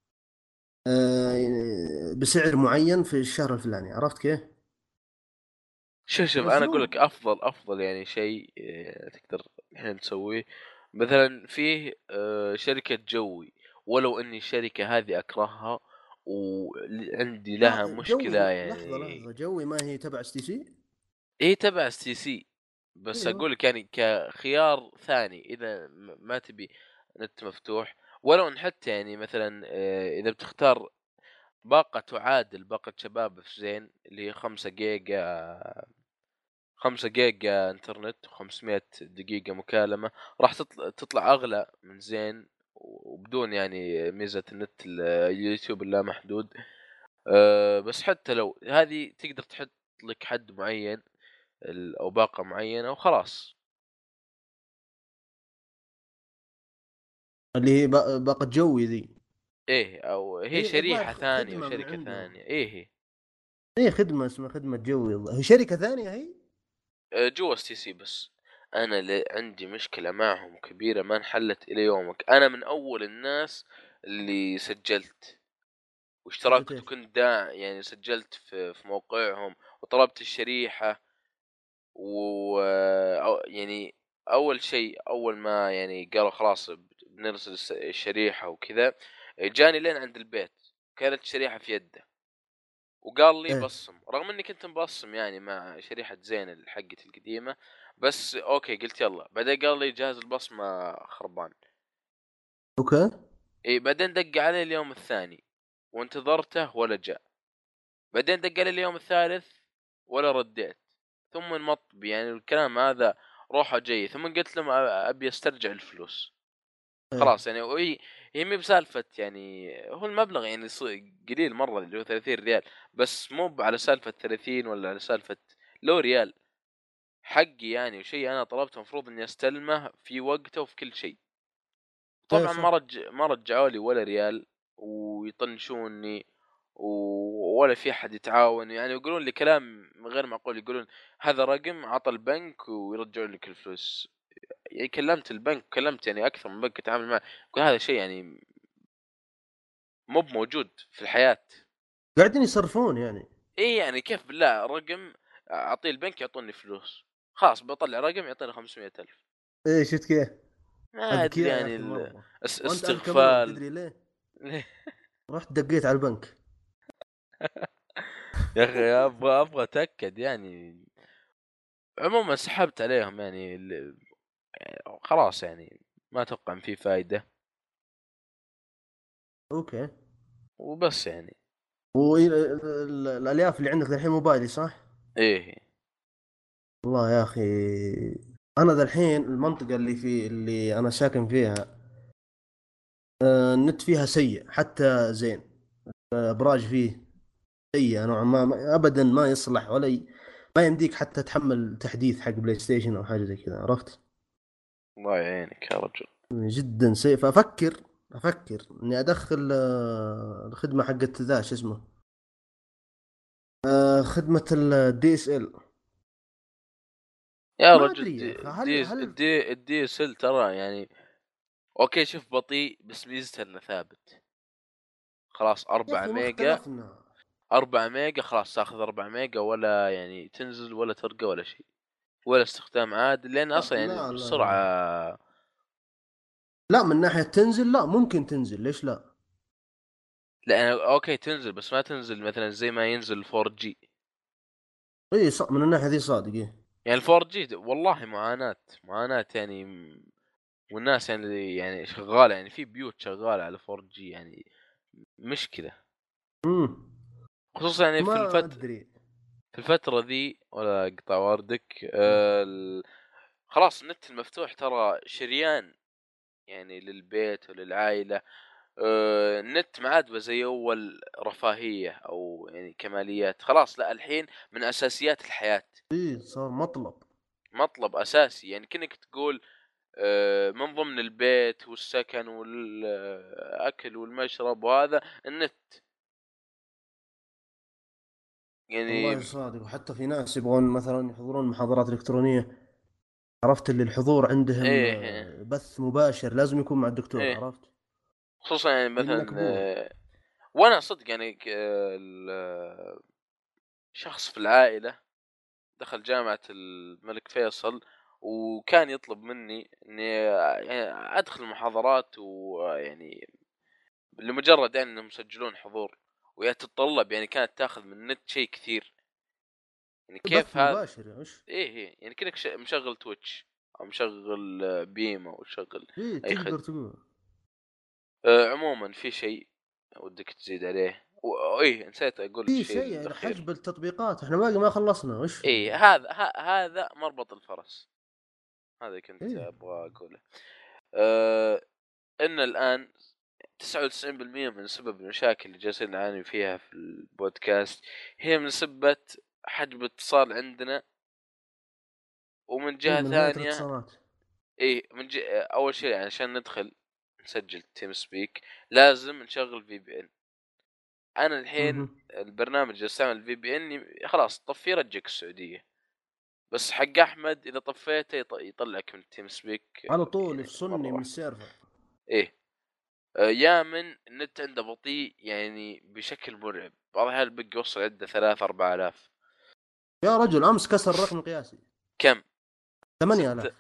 آه، بسعر معين في الشهر الفلاني. عرفت كيف؟ شوف شوف انا اقول لك ينزلون. افضل افضل يعني شيء آه، تقدر الحين تسويه. مثلا فيه آه، شركة جوي، ولو اني الشركة هذه اكرهها وعندي لها لا مشكلة جوي، لحظة يعني. لحظة، جوي ما هي تبع اس تي سي؟ ايه تبع سي سي، بس ايوه. اقول لك يعني كخيار ثاني اذا م- ما تبي نت مفتوح. ولو ان حتى يعني مثلا آه، اذا بتختار باقة تعادل باقة شباب في زين اللي هي خمسة جيجا، خمسة جيجا انترنت وخمسمية دقيقة مكالمة، راح تطلع تطلع اغلى من زين، وبدون يعني ميزة النت اليوتيوب اللامحدود. أه بس حتى لو هذه تقدر تحط لك حد معين ال- او باقة معينة وخلاص. اللي هي با- باقة جوي ذي. ايه او هي هي الظاهر شريحة خ- ثانية خدمة من وشركة عندهم. ثانية ايه هي. هي خدمة اسمها خدمة جوي، الظاهر. هي شركة ثانية هي. أه جوا اس تي سي. بس انا ل- عندي مشكلة معهم كبيرة ما انحلت الى يومك. انا من اول الناس اللي سجلت سجلت واشتركت ايش؟ وكنت داع يعني سجلت في في موقعهم وطلبت الشريحة و أو- يعني اول شيء اول ما يعني قالوا خلاص بنرسل الس- الشريحه وكذا، جاني لين عند البيت، كانت الشريحه في يده وقال لي ايه بصم، رغم اني كنت مبصم يعني مع شريحه زين حقتي القديمه، بس اوكي قلت يلا. بعدين قال لي جهاز البصمه خربان. اوكي. اي بعدين دق علي اليوم الثاني وانتظرته ولا جاء. بعدين دق علي اليوم الثالث ولا رديت. ثم المطب يعني الكلام هذا روحه جاي. ثم قلت لهم ابي استرجع الفلوس ايه خلاص يعني. وهي هي مي بسالفه يعني، هو المبلغ يعني ص- قليل مره اللي هو ثلاثين ريال، بس مو على سالفه ثلاثين ولا على سالفه لو ريال حقي يعني، وشيء انا طلبته المفروض اني استلمه في وقته وفي كل شيء. ايه طبعا ما صح. رج ما رجعوا لي ولا ريال، ويطنشوني و- ولا في احد يتعاون يعني، يقولون لي كلام غير معقول. يقولون هذا رقم عطى البنك ويرجعون لك الفلوس. يعني كلمت البنك، كلمت يعني اكثر من بنك اتعامل معه، يقول هذا شيء يعني مو موجود في الحياة. قاعدين يصرفون يعني. ايه يعني كيف بالله رقم اعطيه البنك يعطوني فلوس، خلاص بطلع رقم يعطيني خمسمية ألف. ايه شفت كيف؟ ما ادري اذكياء يا يعني اخي مره. وانت اذكى منهم الاستغفال. تدري ليه؟ رحت دقيت على البنك. يا اخي ابغى ابغى اتاكد يعني. عموما سحبت عليهم يعني, ال- يعني خلاص يعني ما اتوقع ان في فايده اوكي. وبس يعني. والالياف اللي عندك الحين موبايلي صح؟ ايه والله يا اخي، انا ذا الحين المنطقه اللي في اللي انا ساكن فيها، آه، النت فيها سيء حتى زين. آه، ابراج فيه سيئه نوعا ما، ما- ابدا ما يصلح ولا ي... ما يمديك حتى تحمل تحديث حق بلاي ستيشن او حاجه زي كذا، عرفت؟ الله يعينك يا رجل. جدا سيء. فافكر افكر اني ادخل آه، الخدمه حقت ذا شو اسمه، آه، خدمه الدي اس ال. يا ما رجل ادري يا دي اخي، هل دي هل دي, الدي سل ترى يعني اوكي شوف بطيء، بس ميزته انه ثابت. خلاص يا أربعة اخي ما ميجا. اختلفنا. أربعة ميجا خلاص تاخذ أربعة ميجا، ولا يعني تنزل ولا ترقى ولا شيء، ولا استخدام عادي، لان لا اصلا يعني لا لا بسرعه. لا، من ناحيه تنزل لا، ممكن تنزل، ليش لا؟ لان اوكي تنزل، بس ما تنزل مثلا زي ما ينزل فور جي. اي ص... من الناحيه دي صادق إيه. يعني الفور جي والله معاناة معاناة يعني. والناس يعني يعني شغالة يعني في بيوت شغالة على فور جي يعني، مشكلة. امم خصوصا يعني في ما الفت ادري. في الفترة ذي، ولا قطع واردك آه ال... خلاص النت المفتوح ترى شريان يعني للبيت وللعائلة. آه النت ما عاد زي أول رفاهية أو يعني كماليات، خلاص لا الحين من أساسيات الحياة. اي صار مطلب. مطلب أساسي يعني، كأنك تقول آه، من ضمن البيت والسكن والأكل والمشرب وهذا النت والله يعني. صادق. وحتى في ناس يبغون مثلا يحضرون محاضرات الكترونيه، عرفت اللي الحضور عندهم ايه آه، بث مباشر، لازم يكون مع الدكتور، ايه عرفت؟ خصوصا يعني اللي مثلا مكبوت. آه، وانا صدق يعني ك- ال- شخص في العائلة دخل جامعة الملك فيصل، وكان يطلب مني اني يعني ادخل المحاضرات، ويعني لمجرد يعني انهم يسجلون حضور، وهي تتطلب يعني كانت تاخذ من النت شيء كثير. يعني كيف بث هذا؟ مباشر يا وش. ايه ايه يعني كأنك ش- مشغل تويتش او مشغل آه، بيم او مشغل اي اي تقدر خدمة. تقول. أه عموما في شيء ودك تزيد عليه و- ايه نسيت اقول في الشيء شيء الاخير. حجب التطبيقات، احنا باقي ما خلصنا وش. ايه هذا ه- هذا مربط الفرس، هذا كنت ايه ابغى اقوله. أه ان الان تسعة وتسعين بالمئة من سبب المشاكل اللي جالسين نعاني فيها في البودكاست هي من سبة حجب اتصال عندنا. ومن ايه جهة من هيئه ثانية الاتصالات. ايه من ج... اول شيء يعني عشان ندخل نسجل تيم سبيك لازم نشغل في بي ان. انا الحين مهم. البرنامج اللي استعمل الفي بي ان خلاص طفيه رجعك السعوديه، بس حق احمد اذا طفيته يط... يطلعك من تيم سبيك على طول يعني يفصلني مره من واحده. السيرفر. ايه آه، يا من النت عنده بطيء يعني بشكل مرعب، بعض الأحيان بقى يوصل عنده ثلاث أربعة آلاف. يا رجل امس كسر الرقم القياسي. كم؟ ثمانية ستة. آلاف.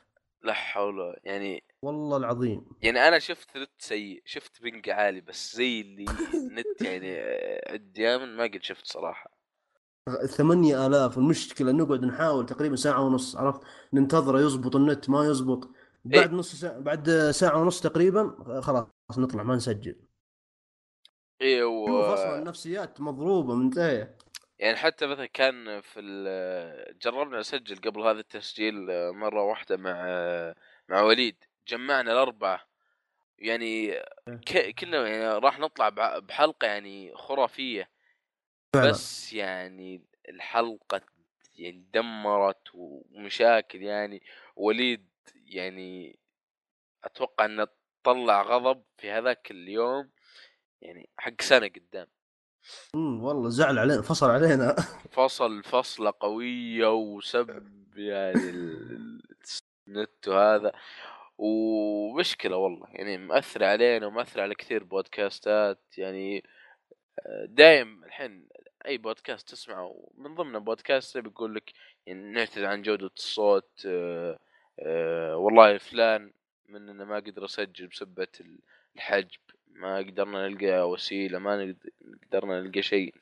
لا حول يعني. والله العظيم. يعني انا شفت نت سيء، شفت بنج عالي، بس زي اللي نت يعني عندي ما قد شفت صراحة. ثمانية آلاف، المشكلة نقعد نحاول تقريبا ساعة ونص، عرفت، ننتظره يزبط النت ما يزبط. ايه بعد نص ساعة، بعد ساعة ونص تقريبا خلاص نطلع ما نسجل. ايه شوف اصلا و... النفسيات مضروبة منتهية. يعني حتى مثلا كان في ال... جربنا نسجل قبل هذا التسجيل مرة واحدة مع مع وليد، جمعنا الأربعة يعني، ك... كنا يعني راح نطلع بع- بحلقة يعني خرافية. فعلا. بس يعني الحلقة يعني دمرت ومشاكل يعني. وليد يعني اتوقع انه طلع غضب في هذاك اليوم يعني حق سنة قدام. امم والله زعل علينا، فصل علينا. فصل فصلة قوية وسب يعني ال- النت وهذا. ومشكلة والله يعني مأثر علينا ومأثر على كثير بودكاستات يعني. دايم الحين اي بودكاست تسمعه من ضمن بودكاست بيقول لك يعني نعتذر عن جودة الصوت. آه، آه، والله فلان مننا ما قدر اسجل بسبة الحجب، ما قدرنا نلقى وسيلة، ما نقد- قدرنا نلقى شيء.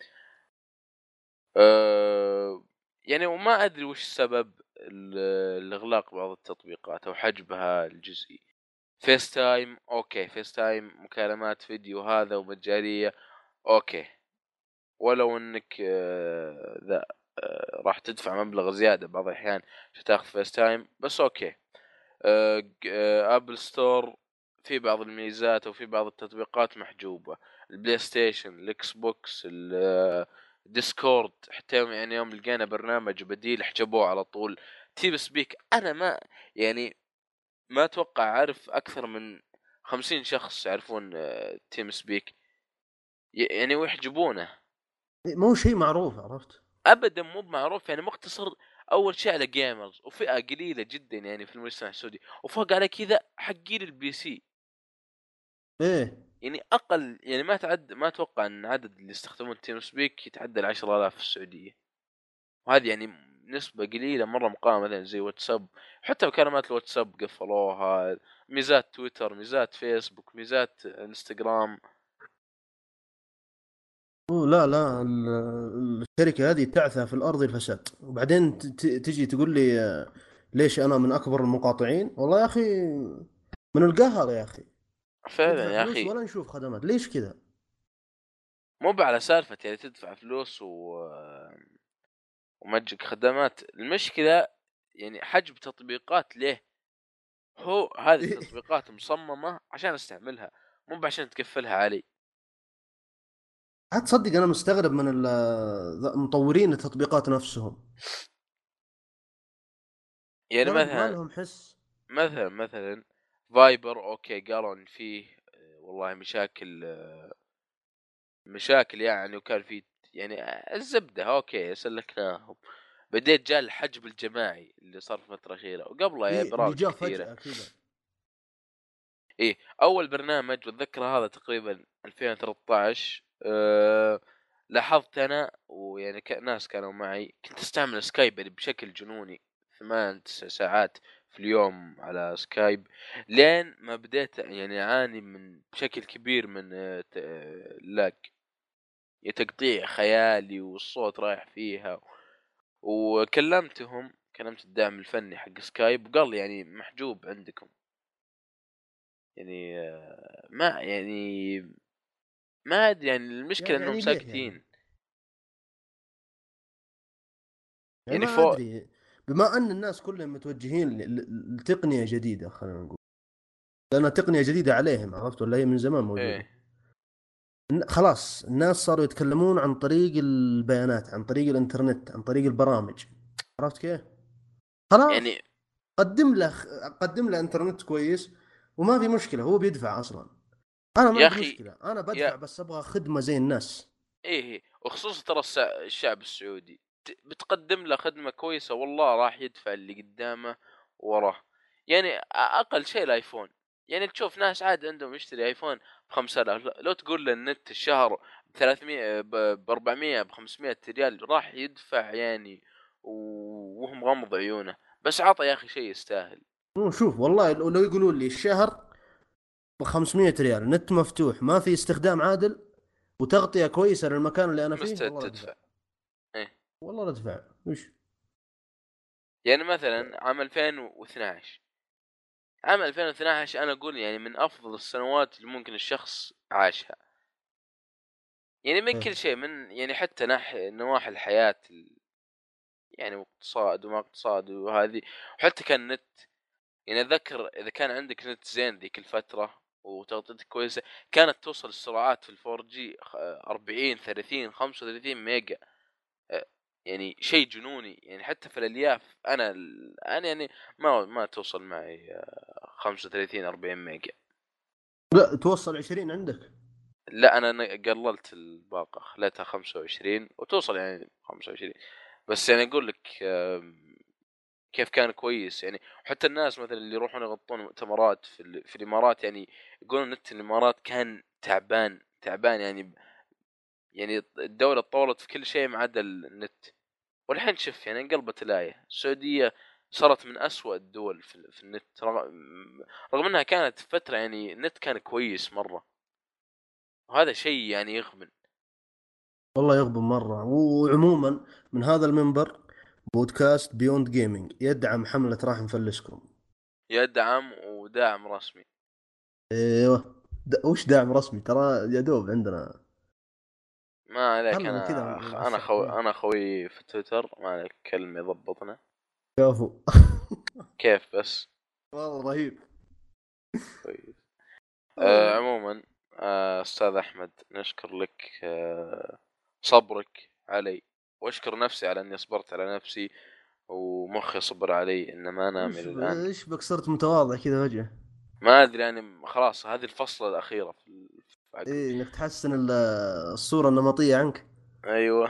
آه، يعني وما ادري وش سبب ال- الاغلاق بعض التطبيقات او حجبها الجزئي. فيس تايم اوكي، فيس تايم مكالمات فيديو هذا ومجانية اوكي، ولو انك آه، ذا آه، راح تدفع مبلغ زيادة بعض الأحيان عشان تاخذ فيس تايم، بس أوكي. آه، ج- آه، أبل ستور في بعض الميزات وفي بعض التطبيقات محجوبة. البلاي ستيشن، الإكس بوكس، الديسكورد حتى يوم يعني يوم لقينا برنامج بديل حجبوه على طول. تيم سبيك أنا ما يعني ما أتوقع أعرف أكثر من خمسين شخص يعرفون آه، تيم سبيك يعني ويحجبونه. ما هو شيء معروف، عرفت. ابدا مو بمعروف يعني مختصر. اول شيء على جيمرز وفئه قليله جدا يعني في المجتمع السعودي، وفوق على كذا حقين البي سي ايه. يعني اقل يعني ما تعد ما اتوقع ان عدد اللي يستخدمون تيم سبيك يتعدى العشرة آلاف في السعوديه. وهذه يعني نسبة قليلة مرة مقارنة مثلا زي واتساب. حتى مكالمات الواتساب قفلوها، ميزات تويتر، ميزات فيسبوك، ميزات انستغرام. أوه لا لا، ال- الشركة هذه تعثى في الأرض الفساد، وبعدين ت- ت- تجي تقول لي آه، ليش أنا من أكبر المقاطعين؟ والله يا أخي من القهر يا أخي. فعلا ندفع يا فلوس اخي، ولا نشوف خدمات، ليش كذا؟ مو على سالفة يعني تدفع فلوس و ومجك خدمات. المشكلة يعني حجب تطبيقات ليه؟ هو هذه التطبيقات مصممة عشان استعملها، مو عشان تقفلها علي. هتصدق أنا مستغرب من ال- مطورين التطبيقات نفسهم. يعني يا رجل ما مثلا لهم حس. مثلا مثلا فايبر اوكي قالوا ان فيه آه، والله مشاكل آه، مشاكل يعني، وكان في يعني آه، الزبدة اوكي سلكناهم. بديت جاء الحجب الجماعي اللي صار في فترة أخيرة، وقبله يا إيه اللي برامج جاء كثيرة. فجأة كذا. ايه اول برنامج واتذكر هذا تقريبا ألفين وثلاثة عشر. أه لاحظت انا ويعني ك- ناس كانوا معي كنت استعمل سكايب يعني بشكل جنوني، ثمان تسع ساعات في اليوم على سكايب، لين ما بديت يعني اعاني من بشكل كبير من آه، ت- آه، لاج، يا تقطيع خيالي والصوت رايح فيها. وكلمتهم، كلمت الدعم الفني حق سكايب وقال لي يعني محجوب عندكم يعني آه، ما يعني ما ادري يعني المشكله انهم يعني ليه يعني؟ ساكتين يعني يعني ما فوق. أدري. بما أن الناس كلهم متوجهين ل- ل- لتقنية جديدة، خلينا نقول، لأنها تقنية جديدة عليهم، عرفت، ولا هي من زمان موجودة. ايه الن- خلاص الناس صاروا يتكلمون عن طريق البيانات، عن طريق الإنترنت، عن طريق البرامج، عرفت كيف؟ خلاص. يعني قدم له قدم له انترنت كويس وما في مشكله، هو بيدفع اصلا. انا ما يا عندي اخي مشكله، انا يا بدفع بس ابغى خدمه زي الناس. ايه إيه. وخصوصا ترى السع- الشعب السعودي ت- بتقدم له خدمه كويسه والله راح يدفع اللي قدامه وراه. يعني أ- اقل شيء الايفون، يعني تشوف ناس عاد عندهم يشتري ايفون ب خمسة آلاف، لو تقول له النت الشهر ب ثلاثمية ب أربعمية ب خمسمية ريال راح يدفع يعني و- وهم غمض عيونه. بس عطى يا اخي شيء يستاهل. مو شوف والله لو لو يقولون لي الشهر ب خمسمية ريال نت مفتوح ما في استخدام عادل وتغطية كويسة للمكان اللي انا فيه، مستعد والله لا ادفع. تدفع. ايه. والله لا ادفع وش. يعني مثلا عام ألفين واثناشر، عام ألفين واثناشر انا اقول يعني من افضل السنوات اللي ممكن الشخص عاشها، يعني من إيه. كل شيء، من يعني حتى ناحية نواحي الحياة ال- يعني اقتصاد وما اقتصاد وهذه، وحتى كان نت. يعني اتذكر اذا كان عندك نت زين ذيك الفترة وتغطيتك كويسة، كانت توصل السرعات في الفور جي أربعين ثلاثين خمسة وثلاثين ميجا. أه، يعني شيء جنوني. يعني حتى في الالياف انا ال- انا يعني ما ما توصل معي أه، خمسة وثلاثين أربعين ميجا. لا توصل عشرين عندك. لا انا ن- قللت الباقة، خليتها خمسة وعشرين وتوصل يعني خمسة وعشرين. بس يعني اقول لك آم، كيف كان كويس يعني. وحتى الناس مثلا اللي يروحون يغطون مؤتمرات في, ال- في الامارات، يعني يقولون نت الامارات كان تعبان تعبان يعني. يعني الدولة تطورت في كل شيء ما عدا النت. والحين شوف يعني انقلبت الآية. السعودية صارت من أسوأ الدول في, في النت، رغم, رغم انها كانت فترة يعني النت كان كويس مرة، وهذا شيء يعني يغبن. والله يغبن مرة. وعموما من هذا المنبر بودكاست بيوند جيمنج يدعم حملة راح نفلسكم. يدعم وداعم رسمي. ايوه. د... وش دعم رسمي ترى يا دوب عندنا. ما عليك، خلهم كذا انا انا نوسع خو فيه. انا خوي في تويتر، ما عليك، كلمة يضبطنا. كفو. كيف بس. والله رهيب. كويس. آه آه. عموما آه استاذ احمد، نشكر لك آه صبرك علي، واشكر نفسي على اني صبرت على نفسي، ومخي صبر علي ان ما انام وش الى ب... الان. ايش بك صرت متواضع كذا فجأة؟ ما ادري يعني، خلاص هذه الفصلة الاخيرة في في عقلي. ايه انك تحسن ال- الصورة النمطية عنك. ايوه.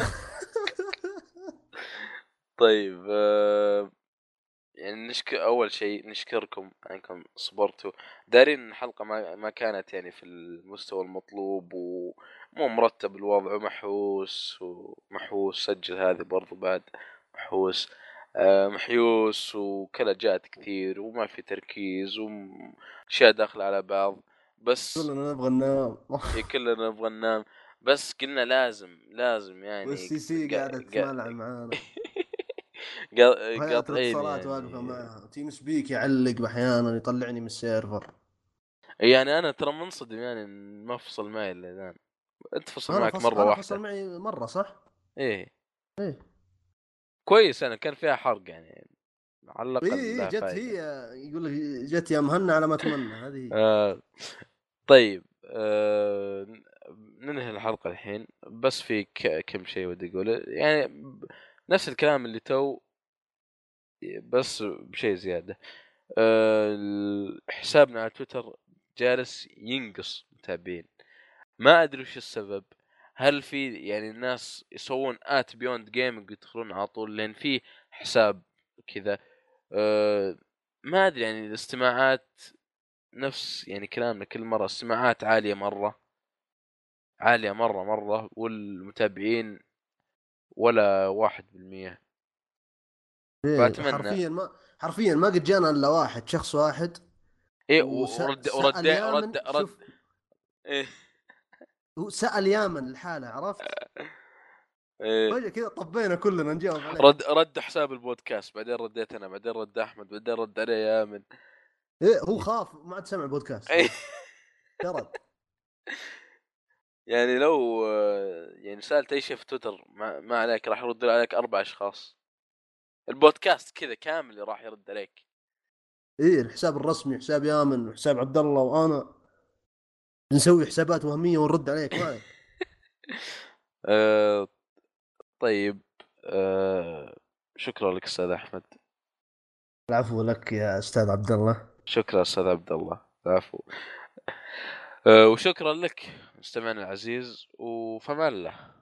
طيب آه يعني نشكر اول شيء نشكركم انكم صبرتوا. دارين إن الحلقه ما ما كانت يعني في المستوى المطلوب ومو مرتب الوضع، ومحوس ومحوس سجل هذه برضو بعد محوس. آه محيوس وكلاجات كثير وما في تركيز واشياء داخله على بعض. بس كلنا نبغى ننام. إيه، كلنا نبغى ننام. بس قلنا لازم لازم يعني والسي سي ق- قاعدة ق- تمالع معانا. ق- وهيئة قاطعين الاتصالات واقفة يعني. معها، تيم سبيك يعلق احيانا يطلعني من السيرفر. يعني انا ترى منصدم يعني إن ما فصل معي الا الان. انت فصل انا معك فصل مره انا فصل واحده. معي مرة صح؟ ايه. ايه. كويس، انا كان فيها حرق يعني، على ايه الاقل ايه لها جت فائده. هي. يقول لك جت يا مهنا على ما تمنى هذه. آه طيب آه ننهي الحلقه الحين، بس في ك- كم شيء ودي اقوله يعني، ب- نفس الكلام اللي تو، بس بشيء زياده. آه حسابنا على تويتر جالس ينقص متابعين، ما ادري وش السبب. هل في يعني الناس يسوون ات بيوند جيمنج يدخلون على طول لين في حساب كذا؟ أه ما ادري يعني الاستماعات نفس يعني كلامنا كل مره، استماعات عاليه مره، عاليه مره مره، والمتابعين ولا واحد بالمية. ايه فاتمنى. حرفيا ما حرفيا ما قد جانا الا واحد شخص واحد. ايه ورد ورد وسأل رد يامن رد شوف. ايه. هو سأل يامن الحالة عرفت. ايه فجأة كذا طبينا كلنا نجاوب عليه. رد رد حساب البودكاست، بعدين رديت انا، بعدين رد احمد، بعدين رد علي يا من. ايه هو خاف ما عاد سمع بودكاست هو. شرد. يعني لو آه، يعني سألت اي شيء في تويتر ما, ما عليك، راح يرد عليك اربع اشخاص. البودكاست كذا كامل راح يرد عليك. ايه الحساب الرسمي حساب يامن وحساب عبد الله وانا نسوي حسابات وهمية ونرد عليك ما عليك. أه طيب. أه شكرا لك استاذ احمد. العفو لك يا استاذ عبد الله. شكرا استاذ عبد الله. العفو. أه وشكرا لك مستمعنا العزيز، وفمان الله.